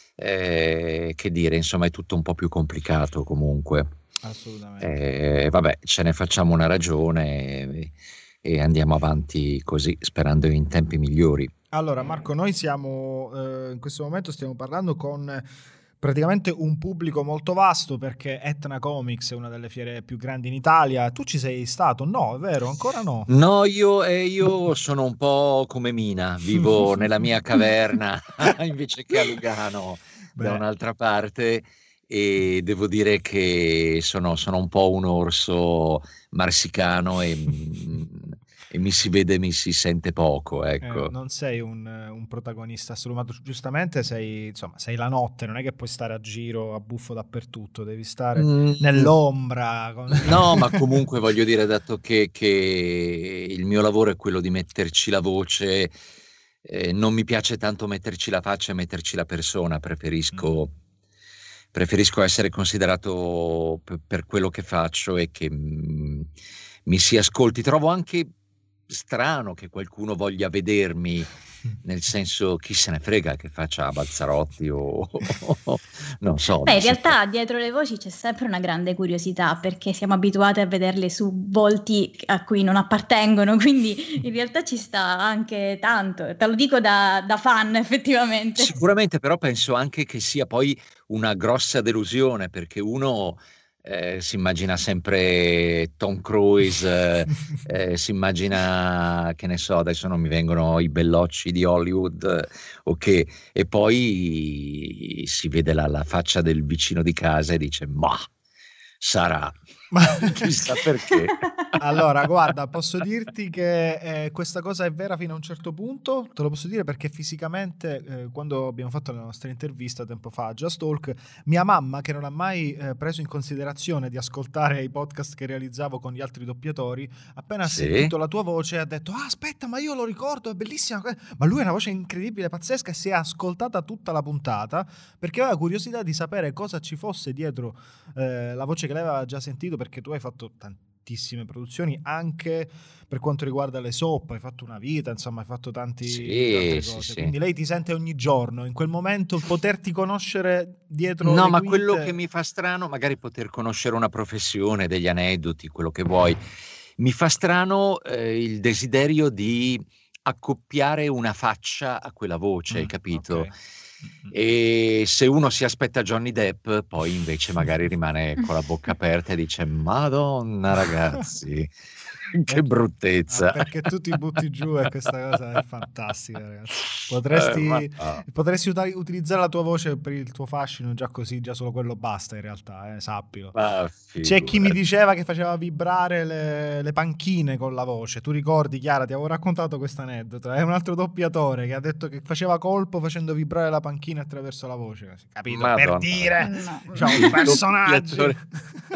F: eh, che dire, insomma è tutto un po' più complicato comunque.
B: Assolutamente.
F: Eh, vabbè, ce ne facciamo una ragione e, e andiamo avanti così, sperando in tempi migliori.
B: Allora Marco, noi siamo eh, in questo momento stiamo parlando con praticamente un pubblico molto vasto, perché Etna Comics è una delle fiere più grandi in Italia. Tu ci sei stato? No, è vero? Ancora no?
F: No, io, eh, io sono un po' come Mina, vivo nella mia caverna invece che a Lugano. Beh. Da un'altra parte. E devo dire che sono, sono un po' un orso marsicano e, e mi si vede, mi si sente poco, ecco.
B: Eh, non sei un, un protagonista assoluto, giustamente sei, insomma, sei la notte, non è che puoi stare a giro a buffo dappertutto, devi stare mm. nell'ombra.
F: No, ma comunque voglio dire, dato che, che il mio lavoro è quello di metterci la voce, eh, non mi piace tanto metterci la faccia e metterci la persona, preferisco... Mm. Preferisco essere considerato p- per quello che faccio e che mh, mi si ascolti. Trovo anche strano che qualcuno voglia vedermi, nel senso, chi se ne frega che faccia Balzarotti o, o non so.
C: Beh, in realtà so. Dietro le voci c'è sempre una grande curiosità, perché siamo abituati a vederle su volti a cui non appartengono, quindi in realtà ci sta anche tanto. Te lo dico da, da fan, effettivamente.
F: Sicuramente, però penso anche che sia poi una grossa delusione, perché uno eh, si immagina sempre Tom Cruise, eh, eh, si immagina, che ne so, adesso non mi vengono i bellocci di Hollywood, eh, okay, e poi si vede la, la faccia del vicino di casa e dice, ma sarà, chissà perché.
B: Allora, guarda, posso dirti che eh, questa cosa è vera fino a un certo punto, te lo posso dire perché fisicamente, eh, quando abbiamo fatto la nostra intervista tempo fa a Just Talk, mia mamma, che non ha mai eh, preso in considerazione di ascoltare i podcast che realizzavo con gli altri doppiatori, appena ha
F: sì.
B: sentito la tua voce ha detto, ah aspetta, ma io lo ricordo, è bellissima, ma lui ha una voce incredibile, pazzesca, e si è ascoltata tutta la puntata perché aveva curiosità di sapere cosa ci fosse dietro eh, la voce che lei aveva già sentito, perché tu hai fatto tantissime produzioni anche per quanto riguarda le soap, hai fatto una vita, insomma hai fatto tanti
F: sì,
B: tante
F: sì,
B: cose,
F: sì.
B: Quindi lei ti sente ogni giorno, in quel momento poterti conoscere dietro
F: no
B: le
F: ma
B: quinte...
F: quello che mi fa strano, magari poter conoscere una professione, degli aneddoti, quello che vuoi, mi fa strano eh, il desiderio di accoppiare una faccia a quella voce, mm, hai capito?
B: Okay.
F: E se uno si aspetta Johnny Depp, poi invece magari rimane con la bocca aperta e dice: Madonna ragazzi, che bruttezza.
B: Ah, perché tu ti butti giù e questa cosa è fantastica, ragazzi. Potresti,
F: Eh, ma-
B: potresti uta- utilizzare la tua voce per il tuo fascino, già così, già solo quello basta in realtà, eh, sappilo.
F: ma
B: C'è chi mi
F: figurati.
B: diceva che faceva vibrare le, le panchine con la voce. Tu ricordi, Chiara, ti avevo raccontato questo aneddoto. È un altro doppiatore che ha detto che faceva colpo facendo vibrare la panchina attraverso la voce. Capito?
F: Madonna.
B: Per dire,
C: No.
B: diciamo,
F: Il
B: i personaggi.
F: doppiatore.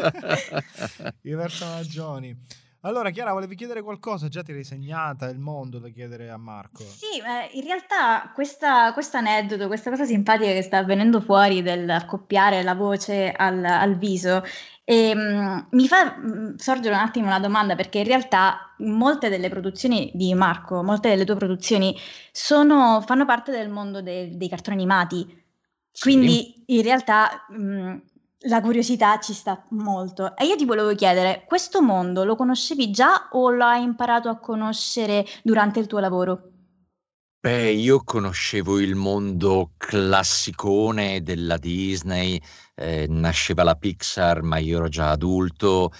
B: I personaggioni. Allora, Chiara, volevi chiedere qualcosa? Già ti eri segnata il mondo da chiedere a Marco.
C: Sì, eh, in realtà questa, questo aneddoto, questa cosa simpatica che sta venendo fuori del accoppiare la voce al, al viso, ehm, mi fa mm, sorgere un attimo una domanda, perché in realtà molte delle produzioni di Marco, molte delle tue produzioni sono, fanno parte del mondo de- dei cartoni animati,
F: Sì.
C: quindi in realtà mh, la curiosità ci sta molto. E io ti volevo chiedere, questo mondo lo conoscevi già o l'hai imparato a conoscere durante il tuo lavoro?
F: Beh, io conoscevo il mondo classicone della Disney, eh, nasceva la Pixar, ma io ero già adulto,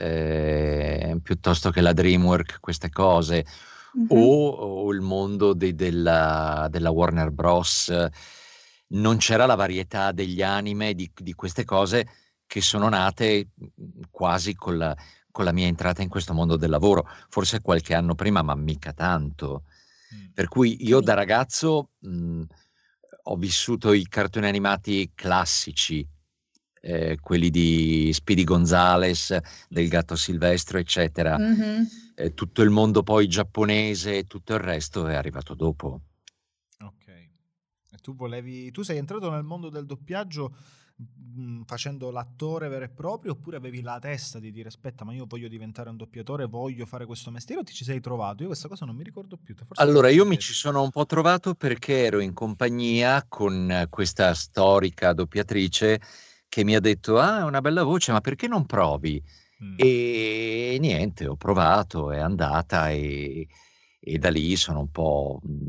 F: eh, piuttosto che la DreamWorks, queste cose,
C: Mhm.
F: o, o il mondo de- della, della Warner Bros. Non c'era la varietà degli anime, di, di queste cose che sono nate mm, quasi con la, con la mia entrata in questo mondo del lavoro, forse qualche anno prima, ma mica tanto. Per cui io da ragazzo mh, ho vissuto i cartoni animati classici, eh, quelli di Speedy Gonzales, del Gatto Silvestro, eccetera.
C: Mhm.
F: Eh, tutto il mondo poi giapponese e tutto il resto è arrivato dopo.
B: Ok. E tu volevi, tu sei entrato nel mondo del doppiaggio mh, facendo l'attore vero e proprio, oppure avevi la testa di dire aspetta, ma io voglio diventare un doppiatore, voglio fare questo mestiere, o ti ci sei trovato? Io questa cosa non mi ricordo più. Forse
F: Allora,
B: te
F: io
B: l'ho
F: mi
B: chiesto.
F: ci sono un po' trovato perché ero in compagnia con eh, questa storica doppiatrice che mi ha detto: ah, è una bella voce, ma perché non provi?
B: Mm.
F: E niente, ho provato, è andata e, e da lì sono un po' mh,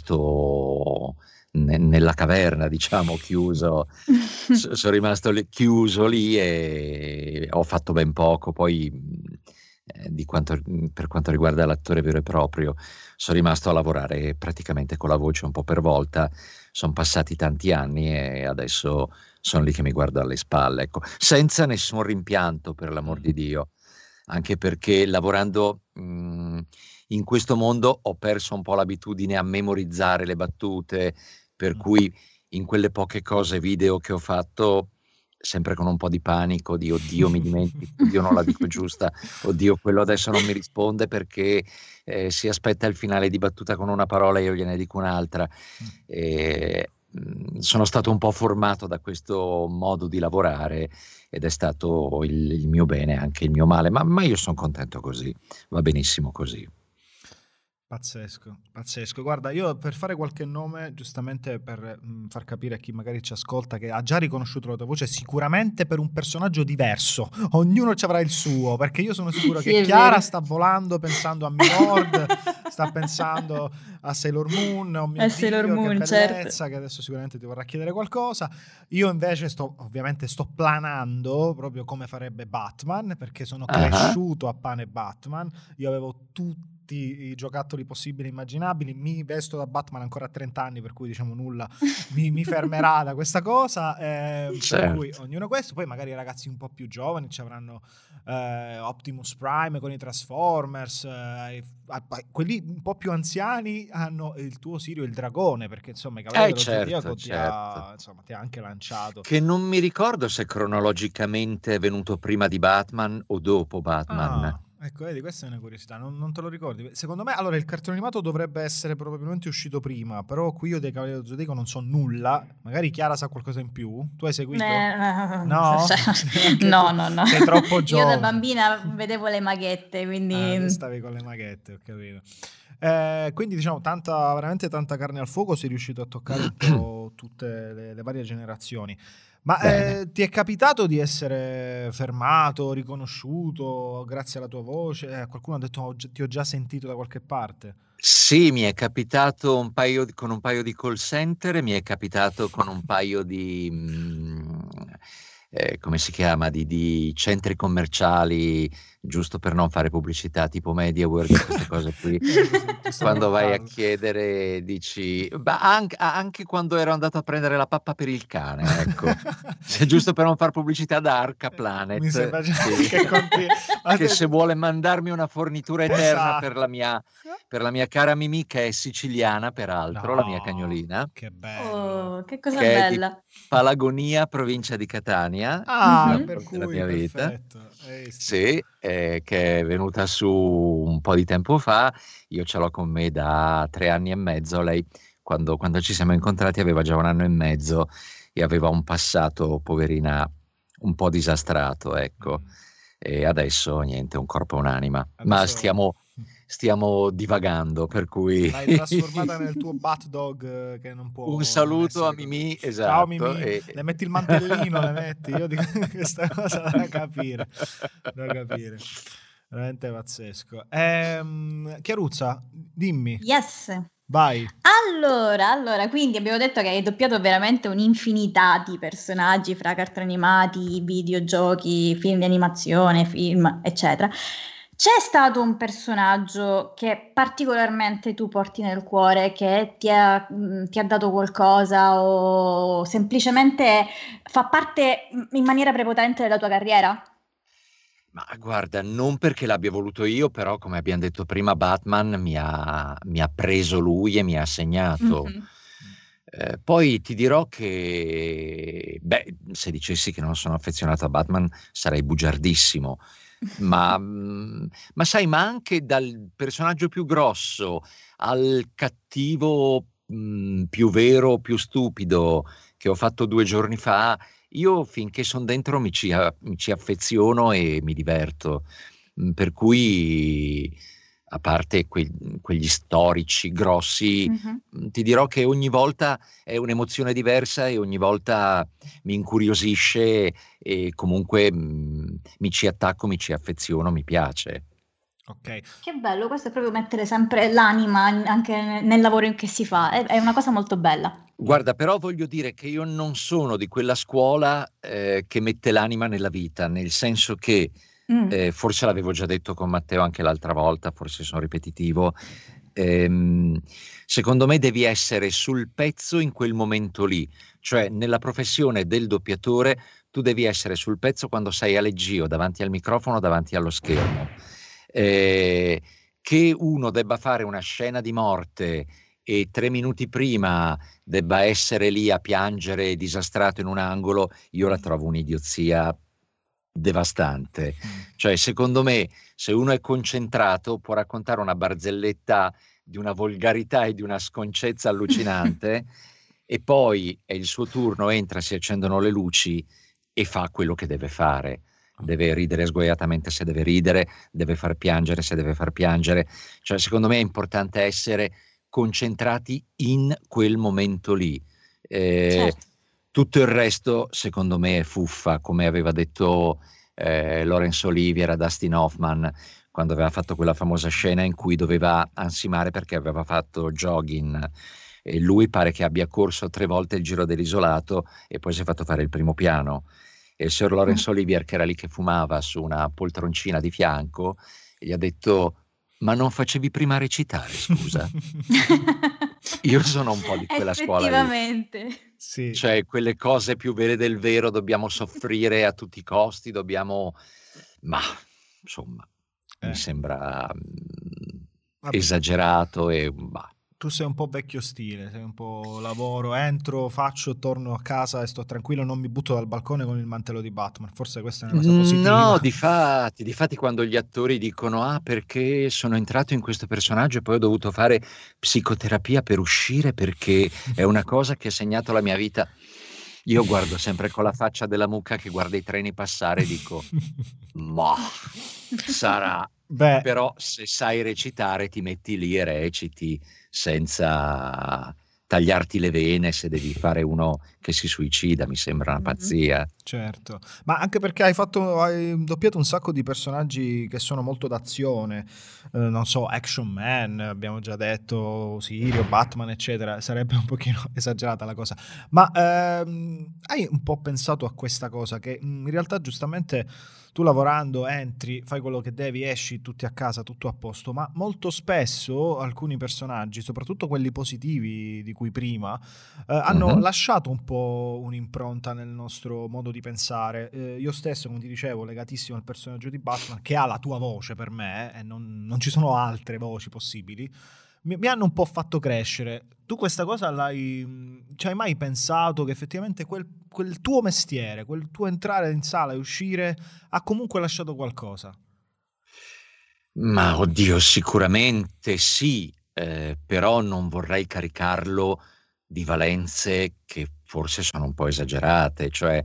F: rimasto ne- nella caverna, diciamo, chiuso. S- sono rimasto lì- chiuso lì e ho fatto ben poco. Poi, mh, eh, di quanto, per quanto riguarda l'attore vero e proprio, sono rimasto a lavorare praticamente con la voce un po' per volta. Sono passati tanti anni e adesso sono lì che mi guardo alle spalle, ecco, senza nessun rimpianto, per l'amor di Dio, anche perché lavorando mh, in questo mondo ho perso un po' l'abitudine a memorizzare le battute, per
B: Mm.
F: cui in quelle poche cose video che ho fatto, sempre con un po' di panico, di oddio mi dimentico, oddio non la dico giusta, oddio quello adesso non mi risponde perché eh, si aspetta il finale di battuta con una parola e io gliene dico un'altra. E, mh, sono stato un po' formato da questo modo di lavorare ed è stato il, il mio bene, anche il mio male, ma, ma io sono contento così, va benissimo così.
B: Pazzesco, pazzesco. Guarda, io per fare qualche nome, giustamente per mh, far capire a chi magari ci ascolta che ha già riconosciuto la tua voce, sicuramente per un personaggio diverso. Ognuno ci avrà il suo, perché io sono sicuro
C: Sì,
B: che
C: è
B: Chiara
C: vero.
B: sta volando pensando a Milord, sta pensando a Sailor Moon, oh mio
C: A
B: Dio,
C: Sailor
B: che
C: Moon,
B: bellezza,
C: certo.
B: che adesso sicuramente ti vorrà chiedere qualcosa. Io invece sto, ovviamente sto planando proprio come farebbe Batman, perché sono
F: Ah.
B: cresciuto a pane Batman. Io avevo tutti i giocattoli possibili e immaginabili, mi vesto da Batman ancora a trenta anni, per cui diciamo nulla mi, mi fermerà da questa cosa, eh, per
F: Certo.
B: cui ognuno questo. Poi magari i ragazzi un po' più giovani ci avranno eh, Optimus Prime con i Transformers, eh, quelli un po' più anziani hanno il tuo Sirio il dragone, perché insomma i Cavalieri
F: Eh,
B: dello
F: certo,
B: Zodiaco ti ha,
F: certo.
B: insomma, ti ha anche lanciato.
F: Che non mi ricordo se cronologicamente è venuto prima di Batman o dopo Batman.
B: Ah, ecco, vedi, questa è una curiosità, non, non te lo ricordi? Secondo me, allora, il cartone animato dovrebbe essere probabilmente uscito prima, però qui io dei Cavalieri dello Zodiaco non so nulla. Magari Chiara sa qualcosa in più. Tu hai seguito?
C: Eh, no,
B: No?
C: cioè,
B: Anche
C: no,
B: tu
C: no, no.
B: sei troppo
C: Io
B: giovane.
C: da bambina vedevo le maghette, quindi
B: Ah, tu stavi con le maghette, ho capito. Eh, quindi diciamo tanta, veramente tanta carne al fuoco, sei riuscito a toccare un po' tutte le, le varie generazioni. Ma eh, ti è capitato di essere fermato, riconosciuto grazie alla tua voce? Eh, qualcuno ha detto oh, ti ho già sentito da qualche parte?
F: Sì, mi è capitato un paio di, con un paio di call center, e mi è capitato con un paio di, mh, eh, come si chiama, di, di centri commerciali, giusto per non fare pubblicità, tipo MediaWorld, queste cose qui. Quando vai a chiedere dici, ma anche, anche quando ero andato a prendere la pappa per il cane, ecco, se, giusto per non fare pubblicità da Arca Planet,
B: Mi sembra già
F: sì.
B: che, conti...
F: che se vuole mandarmi una fornitura eterna,
B: esatto,
F: per la mia per la mia cara Mimì, che è siciliana peraltro,
B: no,
F: la mia cagnolina,
B: che bello,
C: Oh, che cosa
F: che
C: bella.
F: è di Palagonia, provincia di Catania,
B: ah,
C: Mhm.
B: per cui
F: della mia vita.
B: perfetto. Eh, sì.
F: Sì, eh, che è venuta su un po' di tempo fa. Io ce l'ho con me da tre anni e mezzo. Lei, quando, quando ci siamo incontrati, aveva già un anno e mezzo e aveva un passato, poverina, un po' disastrato, ecco. E adesso niente, un corpo e un'anima.
B: Adesso...
F: Ma stiamo, stiamo divagando, per cui...
B: L'hai trasformata nel tuo bat dog, che non può...
F: Un saluto a
B: essere...
F: Mimì, esatto.
B: Ciao Mimì,
F: e...
B: le metti il mantellino, le metti, io dico questa cosa da capire, da capire, veramente pazzesco. Ehm, Chiaruzza, dimmi,
C: Yes.
B: vai.
C: Allora, allora, quindi abbiamo detto che hai doppiato veramente un'infinità di personaggi fra cartoni animati, videogiochi, film di animazione, film, eccetera. C'è stato un personaggio che particolarmente tu porti nel cuore, che ti ha, mh, ti ha dato qualcosa o semplicemente fa parte in maniera prepotente della tua carriera?
F: Ma guarda, non perché l'abbia voluto io, però come abbiamo detto prima, Batman mi ha, mi ha preso lui e mi ha segnato.
C: Mhm.
F: Eh, poi ti dirò che, beh, se dicessi che non sono affezionato a Batman sarei bugiardissimo. Ma, mm, ma sai, ma anche dal personaggio più grosso al cattivo mm, più vero, più stupido che ho fatto due giorni fa, io finché sono dentro mi ci, a- mi ci affeziono e mi diverto. Mm, Per cui, a parte que- quegli storici grossi,
C: Mhm.
F: mm, ti dirò che ogni volta è un'emozione diversa e ogni volta mi incuriosisce e comunque mh, mi ci attacco, mi ci affeziono, mi piace.
B: Ok,
C: Che bello, questo è proprio mettere sempre l'anima in- anche nel nel lavoro che si fa, è, è una cosa molto bella.
F: Guarda, però voglio dire che io non sono di quella scuola eh, che mette l'anima nella vita, nel senso che,
C: Mm.
F: eh, forse l'avevo già detto con Matteo anche l'altra volta, forse sono ripetitivo, ehm, secondo me devi essere sul pezzo in quel momento lì, cioè nella professione del doppiatore tu devi essere sul pezzo quando sei a leggio, davanti al microfono, davanti allo schermo. Eh, che uno debba fare una scena di morte e tre minuti prima debba essere lì a piangere disastrato in un angolo, io la trovo un'idiozia devastante. Cioè, secondo me, se uno è concentrato, può raccontare una barzelletta di una volgarità e di una sconcezza allucinante, e poi è il suo turno, entra, si accendono le luci e fa quello che deve fare. Deve ridere sguaiatamente se deve ridere, deve far piangere se deve far piangere. Cioè, secondo me è importante essere concentrati in quel momento lì. Eh,
C: Certo.
F: Tutto il resto, secondo me, è fuffa, come aveva detto eh, Laurence Olivier a Dustin Hoffman quando aveva fatto quella famosa scena in cui doveva ansimare perché aveva fatto jogging e lui pare che abbia corso tre volte il giro dell'isolato e poi si è fatto fare il primo piano. E il signor Laurence Olivier, che era lì che fumava su una poltroncina di fianco, gli ha detto: ma non facevi prima recitare, scusa? Io sono un po' di quella scuola lì.
C: Effettivamente.
B: sì.
F: Cioè, quelle cose più vere del vero dobbiamo soffrire a tutti i costi, dobbiamo... Ma, insomma,
B: Eh.
F: mi sembra mm,
B: Vabbè.
F: esagerato e... Bah.
B: Tu sei un po' vecchio stile, sei un po' lavoro, entro, faccio, torno a casa e sto tranquillo, non mi butto dal balcone con il mantello di Batman. Forse questa è una cosa positiva.
F: No, difatti, difatti quando gli attori dicono ah perché sono entrato in questo personaggio e poi ho dovuto fare psicoterapia per uscire perché è una cosa che ha segnato la mia vita, io guardo sempre con la faccia della mucca che guarda i treni passare e dico ma sarà.
B: Beh,
F: Però se sai recitare ti metti lì e reciti senza tagliarti le vene se devi fare uno che si suicida, mi sembra una pazzia.
B: Certo, ma anche perché hai fatto, hai doppiato un sacco di personaggi che sono molto d'azione, eh, non so, Action Man, abbiamo già detto, Sirio, Batman, eccetera, sarebbe un pochino esagerata la cosa, ma ehm, hai un po' pensato a questa cosa, che in realtà giustamente tu lavorando entri, fai quello che devi, esci, tutti a casa, tutto a posto, ma molto spesso alcuni personaggi, soprattutto quelli positivi di cui prima, eh, hanno
F: Mhm.
B: lasciato un po' un'impronta nel nostro modo di pensare. Eh, io stesso, come ti dicevo, legatissimo al personaggio di Batman, che ha la tua voce per me, eh, e non, non ci sono altre voci possibili, mi, mi hanno un po' fatto crescere. Tu questa cosa l'hai, mh, ci hai mai pensato che effettivamente quel, quel tuo mestiere, quel tuo entrare in sala e uscire ha comunque lasciato qualcosa?
F: Ma oddio, sicuramente sì, eh, però non vorrei caricarlo di valenze che forse sono un po' esagerate, cioè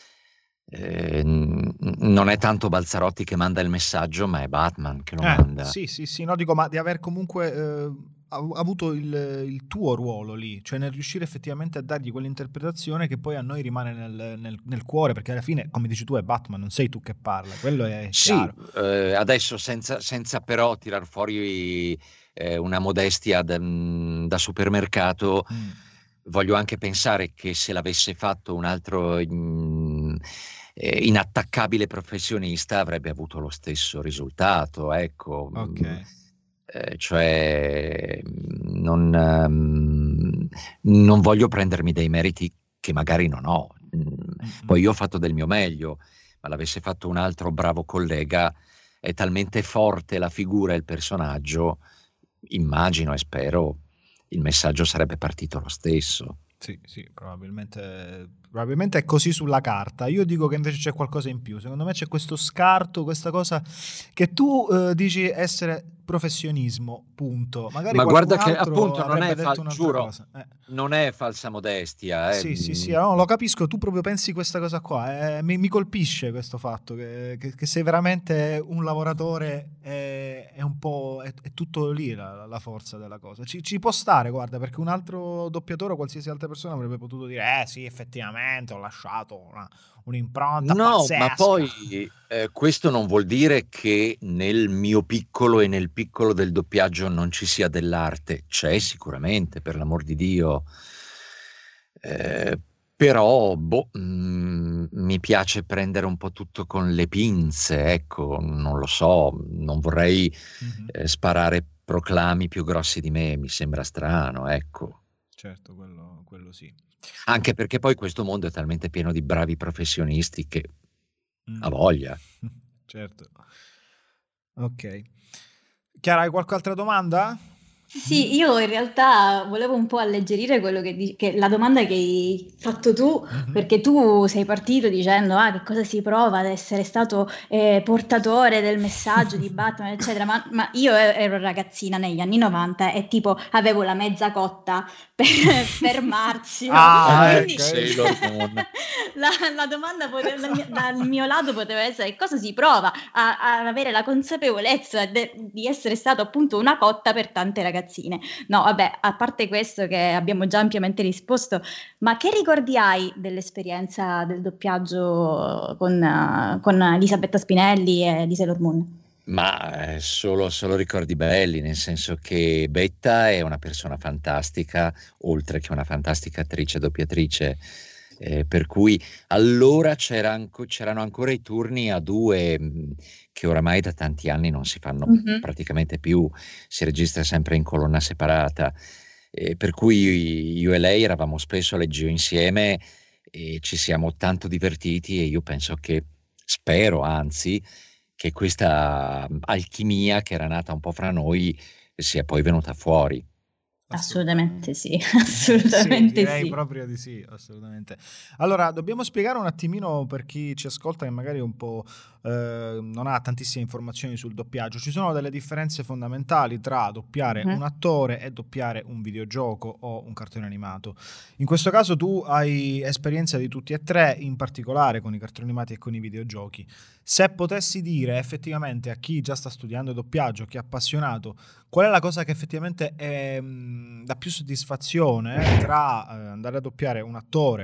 F: eh, n- non è tanto Balzarotti che manda il messaggio, ma è Batman che lo
B: Eh,
F: manda.
B: sì, sì, sì, no, dico, ma di aver comunque eh, av- avuto il, il tuo ruolo lì, cioè nel riuscire effettivamente a dargli quell'interpretazione che poi a noi rimane nel, nel- nel cuore, perché alla fine, come dici tu, è Batman, non sei tu che parla, quello è
F: Sì,
B: chiaro.
F: eh, adesso senza, senza però tirar fuori eh, una modestia da, da supermercato,
B: Mm.
F: voglio anche pensare che se l'avesse fatto un altro mm, eh, inattaccabile professionista avrebbe avuto lo stesso risultato, ecco.
B: Ok.
F: Mm, eh, cioè mm, non, ehm, non voglio prendermi dei meriti che magari non ho. Mm,
B: Mm-mm.
F: Poi io ho fatto del mio meglio, ma l'avesse fatto un altro bravo collega, è talmente forte la figura e il personaggio, immagino e spero il messaggio sarebbe partito lo stesso.
B: Sì, sì, probabilmente, probabilmente è così sulla carta. Io dico che invece c'è qualcosa in più. Secondo me c'è questo scarto, questa cosa che tu eh, dici essere professionismo, punto. Magari
F: Ma
B: qualcun
F: guarda che
B: altro
F: appunto non
B: avrebbe
F: è,
B: detto
F: fa-
B: un'altra
F: giuro,
B: cosa. Eh.
F: non è falsa modestia. Eh.
B: Sì, sì, sì,
F: Mm,
B: no, lo capisco, tu proprio pensi questa cosa qua, eh, mi, mi colpisce questo fatto, che, che- che sei veramente un lavoratore, è, è un po', è, è tutto lì la, la forza della cosa. Ci, ci può stare, guarda, perché un altro doppiatore o qualsiasi altra persona avrebbe potuto dire, eh sì, effettivamente ho lasciato una, un'impronta
F: No, ma
B: pazzesca.
F: poi eh, questo non vuol dire che nel mio piccolo e nel piccolo del doppiaggio non ci sia dell'arte. C'è sicuramente, per l'amor di Dio. Eh, però, boh, mm, mi piace prendere un po' tutto con le pinze, ecco, non lo so, non vorrei
B: Mhm.
F: eh, sparare proclami più grossi di me, mi sembra strano, ecco.
B: Certo, quello, quello sì.
F: Anche perché poi questo mondo è talmente pieno di bravi professionisti che
B: Mm.
F: ha voglia.
B: Certo. Ok. Chiara, hai qualche altra domanda?
C: Sì, sì, io in realtà volevo un po' alleggerire quello che, di- che- la domanda che hai fatto tu,
B: Mhm.
C: perché tu sei partito dicendo ah, che cosa si prova ad essere stato eh, portatore del messaggio di Batman, eccetera, ma, ma io e- ero ragazzina negli anni novanta e tipo avevo la mezza cotta per, per Marzio,
B: Ah,
F: Eh,
C: quindi
B: ecco.
F: Sailor Moon.
C: la, la domanda pote- dal mio, dal mio lato poteva essere cosa si prova a, a avere la consapevolezza de- di essere stato appunto una cotta per tante ragazzine. No, vabbè, a parte questo che abbiamo già ampiamente risposto, ma che ricordi hai dell'esperienza del doppiaggio con, eh, con Elisabetta Spinelli e di Sailor Moon?
F: Ma eh, solo, solo ricordi belli, nel senso che Betta è una persona fantastica, oltre che una fantastica attrice, doppiatrice, eh, per cui allora c'era anco- c'erano ancora i turni a due, mh, che oramai da tanti anni non si fanno
C: Mhm.
F: praticamente più, si registra sempre in colonna separata, eh, per cui io e lei eravamo spesso a leggio insieme e ci siamo tanto divertiti e io penso che, spero anzi, che questa alchimia che era nata un po' fra noi sia poi venuta fuori.
C: Assolutamente sì,
B: Sì,
C: assolutamente
B: direi
C: sì.
B: proprio di sì, assolutamente. Allora, dobbiamo spiegare un attimino per chi ci ascolta che magari un po' eh, non ha tantissime informazioni sul doppiaggio. Ci sono delle differenze fondamentali tra doppiare
C: Mhm.
B: un attore e doppiare un videogioco o un cartone animato. In questo caso tu hai esperienza di tutti e tre, in particolare con i cartoni animati e con i videogiochi. Se potessi dire effettivamente a chi già sta studiando doppiaggio, chi è appassionato, qual è la cosa che effettivamente è, mh, dà più soddisfazione tra eh, andare a doppiare un attore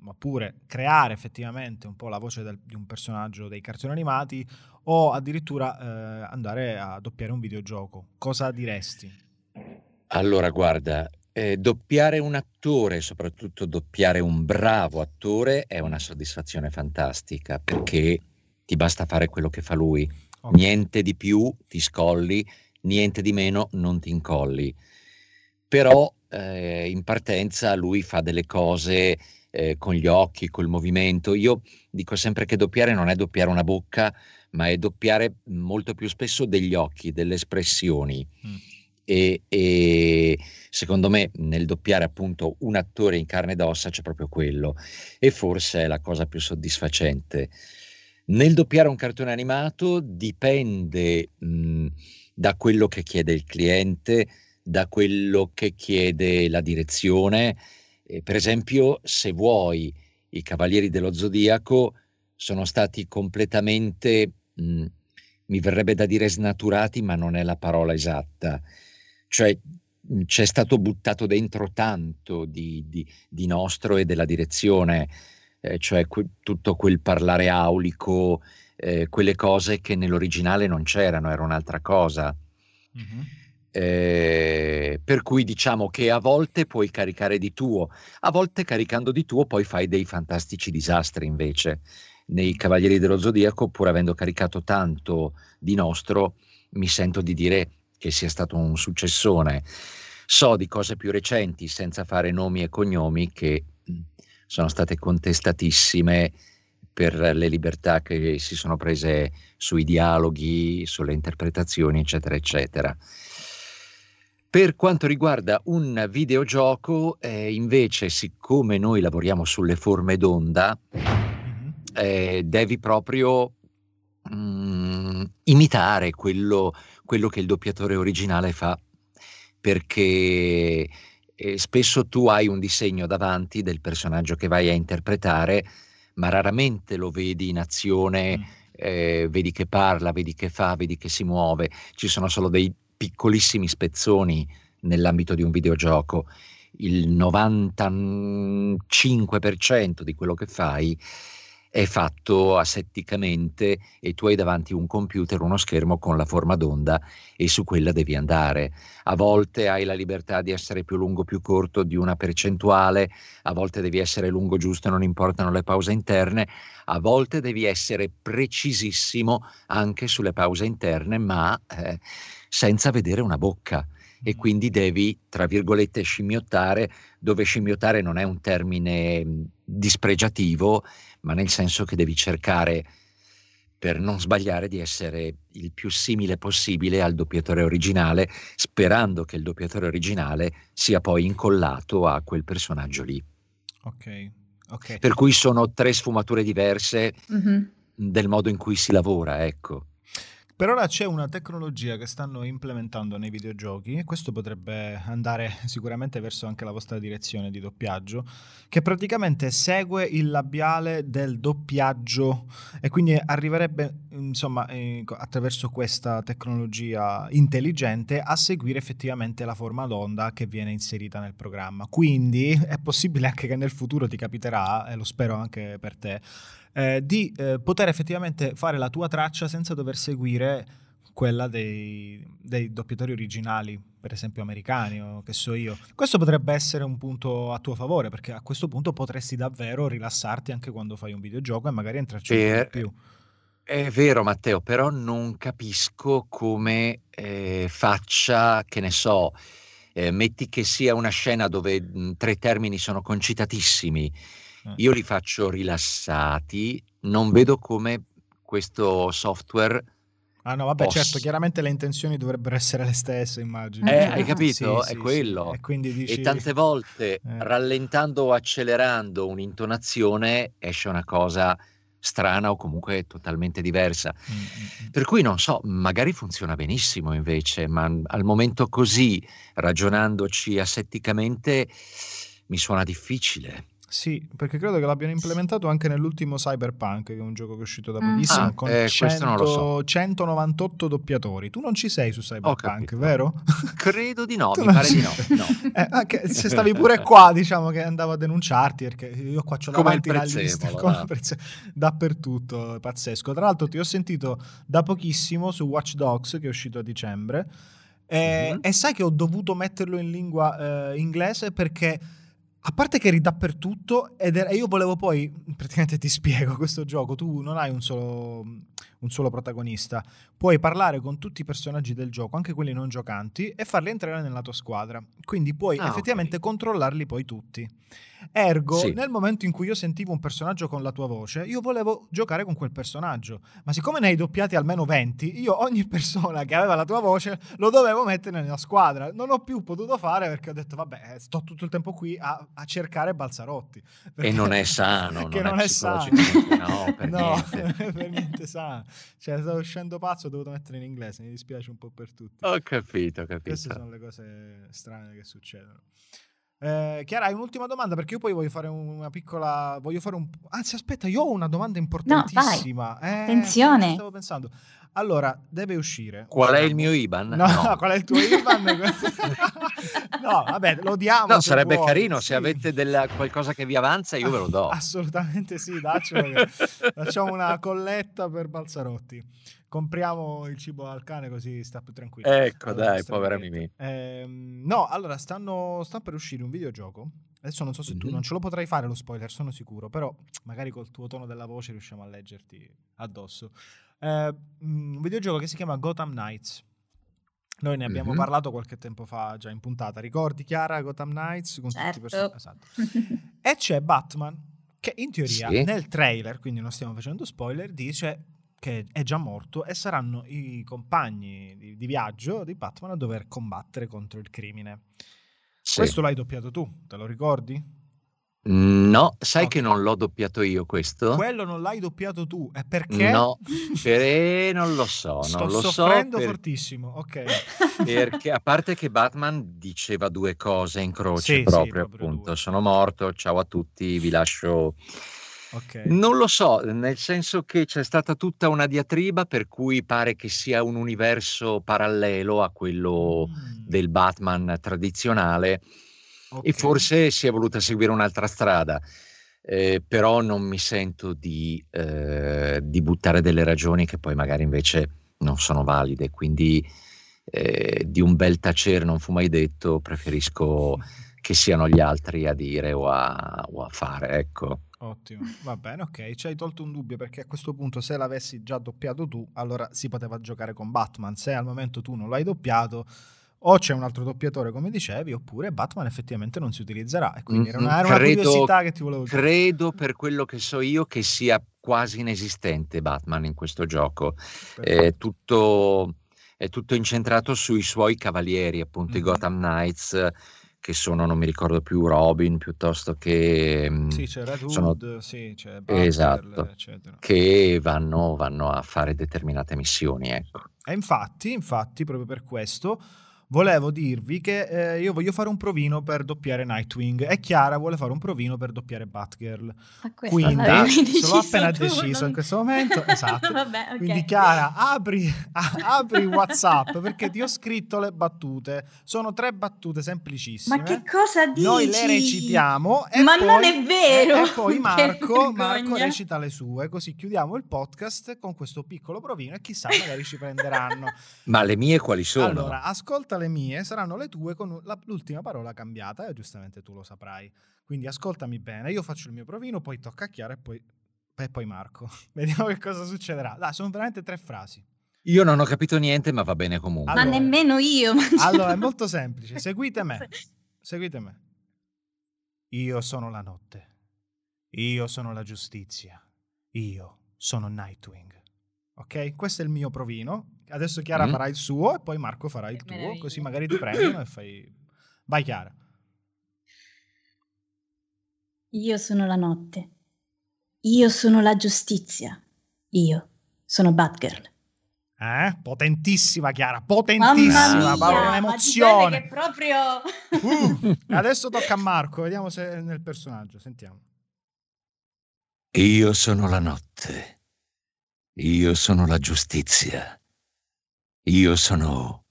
B: oppure creare effettivamente un po' la voce del, di un personaggio dei cartoni animati, o addirittura eh, andare a doppiare un videogioco. Cosa diresti?
F: Allora, guarda, eh, doppiare un attore, soprattutto doppiare un bravo attore, è una soddisfazione fantastica, perché ti basta fare quello che fa lui.
B: Okay.
F: Niente di più, ti scolli, niente di meno, non ti incolli. Però eh, in partenza lui fa delle cose eh, con gli occhi, col movimento. Io dico sempre che doppiare non è doppiare una bocca, ma è doppiare molto più spesso degli occhi, delle espressioni. Mm. E, e secondo me nel doppiare appunto un attore in carne ed ossa c'è proprio quello, e forse è la cosa più soddisfacente. Nel doppiare un cartone animato dipende mh, da quello che chiede il cliente, da quello che chiede la direzione. Eh, per esempio, se vuoi, i Cavalieri dello Zodiaco sono stati completamente, mh, mi verrebbe da dire snaturati, ma non è la parola esatta. Cioè mh, c'è stato buttato dentro tanto di, di, di nostro e della direzione, eh, cioè que- tutto quel parlare aulico, eh, quelle cose che nell'originale non c'erano, era un'altra cosa. Mm-hmm. Eh, per cui diciamo che a volte puoi caricare di tuo, a volte caricando di tuo poi fai dei fantastici disastri. Invece nei Cavalieri dello Zodiaco, pur avendo caricato tanto di nostro, mi sento di dire che sia stato un successone. So di cose più recenti, senza fare nomi e cognomi, che sono state contestatissime per le libertà che si sono prese sui dialoghi, sulle interpretazioni, eccetera, eccetera. Per quanto riguarda un videogioco, eh, invece, siccome noi lavoriamo sulle forme d'onda, eh, devi proprio mh, imitare quello, quello che il doppiatore originale fa, perché eh, spesso tu hai un disegno davanti del personaggio che vai a interpretare, ma raramente lo vedi in azione, mm. eh, vedi che parla, vedi che fa, vedi che si muove. Ci sono solo dei piccolissimi spezzoni nell'ambito di un videogioco. Il novantacinque per cento di quello che fai è fatto asetticamente, e tu hai davanti un computer, uno schermo con la forma d'onda, e su quella devi andare. A volte hai la libertà di essere più lungo o più corto di una percentuale, a volte devi essere lungo giusto, non importano le pause interne, a volte devi essere precisissimo anche sulle pause interne, ma eh, senza vedere una bocca. E quindi devi, tra virgolette, scimmiottare, dove scimmiottare non è un termine dispregiativo, ma nel senso che devi cercare, per non sbagliare, di essere il più simile possibile al doppiatore originale, sperando che il doppiatore originale sia poi incollato a quel personaggio lì.
B: Ok, ok.
F: Per cui sono tre sfumature diverse mm-hmm. del modo in cui si lavora, ecco.
B: Per ora c'è una tecnologia che stanno implementando nei videogiochi, e questo potrebbe andare sicuramente verso anche la vostra direzione di doppiaggio, che praticamente segue il labiale del doppiaggio, e quindi arriverebbe, insomma, eh, attraverso questa tecnologia intelligente a seguire effettivamente la forma d'onda che viene inserita nel programma. Quindi è possibile anche che nel futuro ti capiterà, e lo spero anche per te, Eh, di eh, poter effettivamente fare la tua traccia senza dover seguire quella dei, dei doppiatori originali, per esempio americani o che so io. Questo potrebbe essere un punto a tuo favore, perché a questo punto potresti davvero rilassarti anche quando fai un videogioco e magari entrarci un po' di più.
F: È vero, Matteo, però non capisco come eh, faccia, che ne so, eh, metti che sia una scena dove mh, tre termini sono concitatissimi, io li faccio rilassati, non vedo come questo software.
B: Ah no, vabbè,
F: possa...
B: certo, chiaramente le intenzioni dovrebbero essere le stesse, immagino.
F: Eh, hai capito?
B: Sì,
F: è
B: sì,
F: quello.
B: Sì. E, quindi dici...
F: e tante volte,
B: eh.
F: rallentando o accelerando un'intonazione, esce una cosa strana o comunque totalmente diversa. Mm-hmm. Per cui non so, magari funziona benissimo invece, ma al momento così, ragionandoci asetticamente, mi suona difficile.
B: Sì, perché credo che l'abbiano implementato anche nell'ultimo Cyberpunk, che è un gioco che è uscito da pochissimo,
F: Ah,
B: con
F: eh, questo non lo so.
B: cento centonovantotto doppiatori. Tu non ci sei su
F: Ho
B: Cyberpunk,
F: capito.
B: vero?
F: Credo di no,
B: Tu
F: mi
B: non
F: pare
B: ci
F: di no.
B: sei.
F: no.
B: Eh, anche se stavi pure qua, diciamo che andavo a denunciarti, perché io qua c'ho
F: Come il
B: davanti la lista
F: prezzemolo,
B: come
F: va.
B: il prezze- dappertutto, è pazzesco. Tra l'altro ti ho sentito da pochissimo su Watch Dogs, che è uscito a dicembre, e,
F: Mhm.
B: e sai che ho dovuto metterlo in lingua eh, inglese perché, a parte che eri dappertutto, ed era- e io volevo poi, praticamente ti spiego questo gioco, tu non hai un solo, un solo protagonista, puoi parlare con tutti i personaggi del gioco, anche quelli non giocanti, e farli entrare nella tua squadra, quindi puoi
F: Ah,
B: effettivamente
F: ok.
B: controllarli poi tutti. Ergo,
F: Sì.
B: nel momento in cui io sentivo un personaggio con la tua voce, io volevo giocare con quel personaggio, ma siccome ne hai doppiati almeno venti, io ogni persona che aveva la tua voce lo dovevo mettere nella squadra. Non ho più potuto fare perché ho detto vabbè, sto tutto il tempo qui a, a cercare Balzarotti.
F: E
B: Perché-
F: non è sano,
B: che
F: non,
B: non
F: è
B: è sano.
F: psicologicamente no, per
B: No,
F: niente.
B: non è per niente sano. Cioè, stavo uscendo pazzo, ho dovuto mettere in inglese, mi dispiace un po' per tutti.
F: Ho capito, ho
B: Queste
F: capito.
B: sono le cose strane che succedono. Eh, Chiara, hai un'ultima domanda? Perché io poi voglio fare una piccola. Voglio fare un. Anzi, aspetta, io ho una domanda importantissima. Eh,
C: Attenzione.
B: ci stavo pensando. Allora, deve uscire.
F: Qual è
B: usciamo.
F: il mio I B A N?
B: No,
F: No.
B: qual è il tuo I B A N? No, vabbè, lo diamo.
F: No,
B: se
F: sarebbe
B: vuoi,
F: carino
B: sì.
F: se avete della- qualcosa che vi avanza, io ve lo do.
B: Assolutamente sì, daccelo che facciamo una colletta per Balzarotti. Compriamo il cibo al cane così sta più tranquillo.
F: Ecco,
B: Alla
F: dai,
B: nostra
F: povera
B: amichetta.
F: Mimì.
B: Ehm, no, allora stanno sta per uscire un videogioco. Adesso non so se tu
F: Mhm.
B: non ce lo potrai fare lo spoiler, sono sicuro, però magari col tuo tono della voce riusciamo a leggerti addosso. Eh, mm, un videogioco che si chiama Gotham Knights. Noi ne abbiamo
F: Mhm.
B: parlato qualche tempo fa già in puntata. Ricordi, Chiara, Gotham Knights con tutti i
C: Certo.
B: personaggi? Esatto. E c'è Batman che in teoria
F: Sì.
B: nel trailer, quindi non stiamo facendo spoiler, dice che è già morto e saranno i compagni di, di viaggio di Batman a dover combattere contro il crimine.
F: Sì.
B: Questo l'hai doppiato tu, te lo ricordi?
F: No, sai
B: Ok.
F: che non l'ho doppiato io questo?
B: Quello non l'hai doppiato tu, e perché?
F: No, per... non lo so,
B: Sto
F: non lo so
B: soffrendo
F: per-
B: fortissimo, ok.
F: perché a parte che Batman diceva due cose in croce
B: Sì, sì,
F: proprio,
B: proprio
F: appunto,
B: due.
F: sono morto, ciao a tutti, vi lascio.
B: Ok.
F: Non lo so, nel senso che c'è stata tutta una diatriba per cui pare che sia un universo parallelo a quello
B: Mm,
F: del Batman tradizionale
B: ok.
F: e forse si è voluta seguire un'altra strada. Eh, però non mi sento di, eh, di buttare delle ragioni che poi magari invece non sono valide, quindi eh, di un bel tacere non fu mai detto, preferisco che siano gli altri a dire o a, o a fare, ecco.
B: Ottimo, va bene, ok, ci hai tolto un dubbio, perché a questo punto se l'avessi già doppiato tu, allora si poteva giocare con Batman. Se al momento tu non l'hai doppiato, o c'è un altro doppiatore come dicevi, oppure Batman effettivamente non si utilizzerà, e quindi era
F: Mhm.
B: una, era una
F: Credo-
B: curiosità che ti volevo chiedere.
F: Credo, per quello che so io, che sia quasi inesistente Batman in questo gioco. È
B: Perfetto.
F: tutto, è tutto incentrato sui suoi cavalieri, appunto i
B: Mhm.
F: Gotham Knights, che sono, non mi ricordo più, Robin, piuttosto che... mm,
B: Sì, c'è Red
F: sono-
B: Hood, sì, c'è Batgirl,
F: Esatto.
B: eccetera.
F: che vanno, vanno a fare determinate missioni, ecco.
B: E infatti, infatti, proprio per questo volevo dirvi che eh, io voglio fare un provino per doppiare Nightwing e Chiara vuole fare un provino per doppiare Batgirl.
C: Ma questo
B: Quindi
C: l'avevi
B: se l'ho
C: deciso
B: appena
C: tu,
B: deciso
C: non-
B: in questo momento, esatto.
C: Vabbè, ok.
B: Quindi Chiara, apri, a- apri WhatsApp perché ti ho scritto le battute. Sono tre battute semplicissime.
C: Ma che cosa dici?
B: Noi le recitiamo e
C: Ma
B: poi,
C: non è vero!
B: E, e poi
C: Che
B: Marco,
C: vergogna.
B: Marco recita le sue, così chiudiamo il podcast con questo piccolo provino e chissà magari ci prenderanno.
F: Ma le mie quali sono?
B: Allora, ascolta le mie, saranno le tue con la- l'ultima parola cambiata e giustamente tu lo saprai. Quindi ascoltami bene, io faccio il mio provino, poi tocca a Chiara e poi, e poi Marco. Vediamo che cosa succederà. Dai, sono veramente tre frasi.
F: Io non ho capito niente, ma va bene comunque.
C: Ma
B: Allora-
C: nemmeno io. ma-
B: Allora, è molto semplice, seguite me. Seguite me. Io sono la notte. Io sono la giustizia. Io sono Nightwing. Ok? Questo è il mio provino. Adesso Chiara
F: Mm.
B: farà il suo e poi Marco farà il
C: Che
B: tuo,
C: meraviglia.
B: così magari ti prendono e fai... Vai Chiara.
C: Io sono la notte. Io sono la giustizia. Io sono Batgirl.
B: Eh? Potentissima Chiara, potentissima,
C: Mamma mia,
B: un'emozione.
C: Che proprio...
B: uh, adesso tocca a Marco, vediamo se è nel personaggio, sentiamo.
F: Io sono la notte, io sono la giustizia, io sono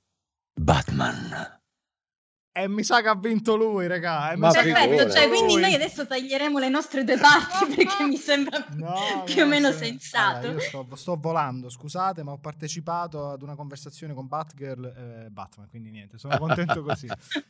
F: Batman.
B: E mi sa che ha vinto lui, raga.
F: Ma
C: perfetto, cioè, quindi
B: lui.
C: noi adesso taglieremo le nostre due parti perché mi sembra
B: No,
C: più o
B: no,
C: meno
B: se-
C: sensato.
B: Allora, io sto, sto volando, scusate, ma ho partecipato ad una conversazione con Batgirl e Batman, quindi niente, sono contento così.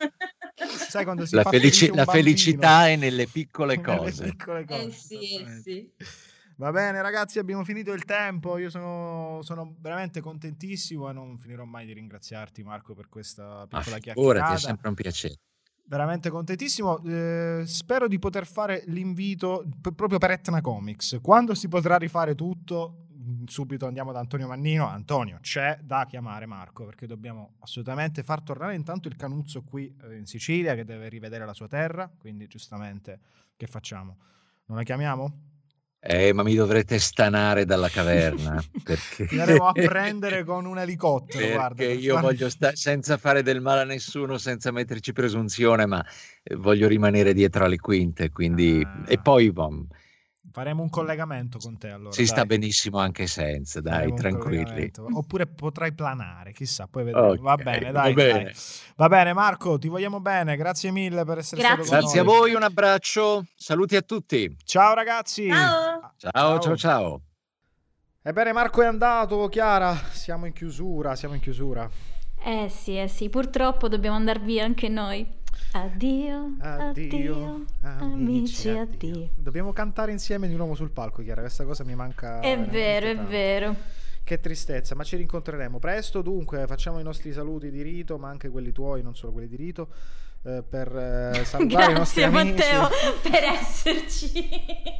B: Sai quando si
F: La,
B: fa
F: felici-
B: felice un
F: la
B: bambino?
F: felicità è nelle piccole
B: Nelle
F: cose.
B: piccole cose,
C: Eh sì, eh
B: esattamente.
C: sì.
B: Va bene ragazzi, abbiamo finito il tempo, io sono, sono veramente contentissimo e non finirò mai di ringraziarti Marco per questa
F: Ah,
B: piccola
F: figurati,
B: chiacchierata.
F: è sempre un piacere.
B: Veramente contentissimo. Eh, spero di poter fare l'invito p- proprio per Etna Comics. Quando si potrà rifare tutto, mh, subito andiamo da Antonio Mannino. Antonio, c'è da chiamare Marco perché dobbiamo assolutamente far tornare intanto il Canuzzo qui eh, in Sicilia che deve rivedere la sua terra. Quindi, giustamente, che facciamo? Non la chiamiamo?
F: Eh, ma mi dovrete stanare dalla caverna perché,
B: Ti andremo a prendere con un elicottero.
F: perché
B: Guarda, per
F: io
B: fare-
F: voglio stare senza fare del male a nessuno, senza metterci presunzione, ma eh, voglio rimanere dietro alle quinte. Quindi,
B: Ah.
F: e poi bom,
B: Faremo un collegamento con te allora.
F: si sta
B: dai.
F: benissimo anche senza, dai,
B: Faremo un
F: tranquilli.
B: collegamento. Oppure potrai planare, chissà, poi vedremo.
F: Ok,
B: va bene,
F: va
B: dai,
F: bene.
B: dai. Va bene, Marco, ti vogliamo bene. Grazie mille per essere
C: Grazie.
B: stato con
F: Grazie a
B: noi.
F: voi, un abbraccio, saluti a tutti.
B: Ciao ragazzi.
C: Ciao.
F: Ciao, ciao, ciao.
B: Ebbene, Marco è andato, Chiara. Siamo in chiusura, siamo in chiusura.
C: Eh sì, eh sì, purtroppo dobbiamo andare via anche noi. Addio, addio, amici, addio.
B: Dobbiamo cantare insieme di nuovo sul palco, Chiara. Questa cosa mi manca.
C: È
B: veramente
C: vero, è
B: tanto.
C: vero.
B: Che tristezza, ma ci rincontreremo presto. Dunque, facciamo i nostri saluti di rito, ma anche quelli tuoi, non solo quelli di rito, eh, per eh, salutare i nostri
C: Grazie
B: amici.
C: Matteo per esserci.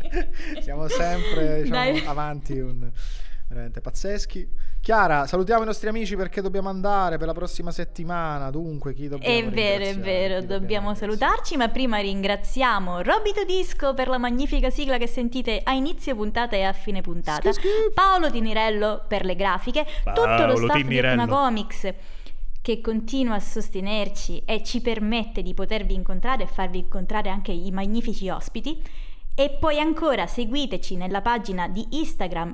B: Siamo sempre diciamo,
C: Dai.
B: avanti, un, veramente pazzeschi. Chiara, salutiamo i nostri amici perché dobbiamo andare per la prossima settimana. Dunque, chi dobbiamo
C: È vero, è
B: ringraziare?
C: vero,
B: Chi
C: dobbiamo
B: ringraziare?
C: salutarci, ma prima ringraziamo Robito Disco per la magnifica sigla che sentite a inizio puntata e a fine puntata,
B: Schi, schi.
C: Paolo Tinirello per le grafiche, tutto lo
B: Paolo
C: staff di
B: Tinirello.
C: Etna Comics che continua a sostenerci e ci permette di potervi incontrare e farvi incontrare anche i magnifici ospiti. E poi ancora seguiteci nella pagina di Instagram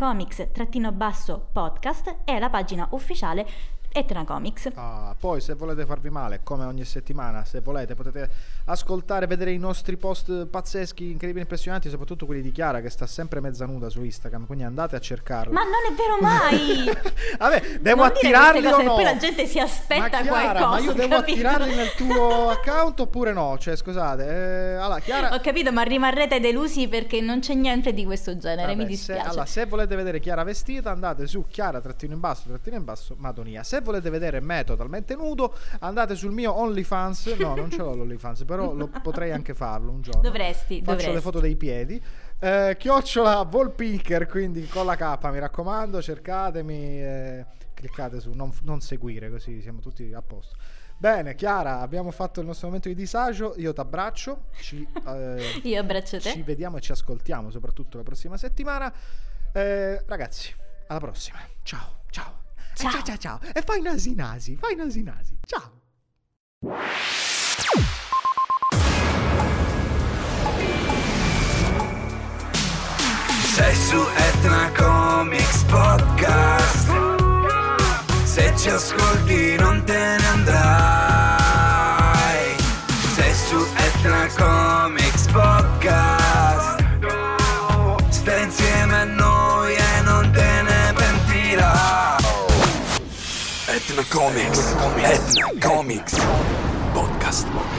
C: etnacomics-podcast e la pagina ufficiale Etna Comics.
B: Ah, poi se volete farvi male, come ogni settimana, se volete potete ascoltare, vedere i nostri post pazzeschi, incredibili, impressionanti, soprattutto quelli di Chiara che sta sempre mezza nuda su Instagram, quindi andate a cercarla.
C: Ma non è vero mai!
B: Vabbè, devo
C: Non dire
B: attirarli
C: queste
B: o
C: cose,
B: no?
C: poi la gente si aspetta
B: ma Chiara,
C: qualcosa,
B: ma io devo
C: capito?
B: attirarli nel tuo account oppure no? Cioè, scusate, eh, allora Chiara.
C: Ho capito, ma rimarrete delusi perché non c'è niente di questo genere,
B: Vabbè,
C: mi dispiace.
B: Se, allora, se volete vedere Chiara vestita, andate su Chiara trattino in basso, trattino in basso, Madonia. Se volete vedere me totalmente nudo, andate sul mio OnlyFans. No, non ce l'ho l'OnlyFans, però lo potrei anche farlo un giorno.
C: Dovresti,
B: Faccio
C: dovresti.
B: le foto dei piedi. Eh, chiocciola Volpicker, quindi con la K, mi raccomando, cercatemi, eh, cliccate su non, non seguire, così siamo tutti a posto. Bene, Chiara, abbiamo fatto il nostro momento di disagio. Io ti abbraccio. Ci, eh,
C: Io abbraccio te.
B: ci vediamo e ci ascoltiamo, soprattutto la prossima settimana. Eh, ragazzi, alla prossima. Ciao, ciao.
C: Ciao.
B: Eh, ciao, ciao, ciao. E fai nasi nasi, fai nasi nasi. Ciao.
A: Sei su Etna Comics Podcast. Se ci ascolti non te ne andrai. Sei su Etna Comics Podcast. Stai insieme a noi e non te ne pentirai. Etna Comics, Etna Comics Podcast.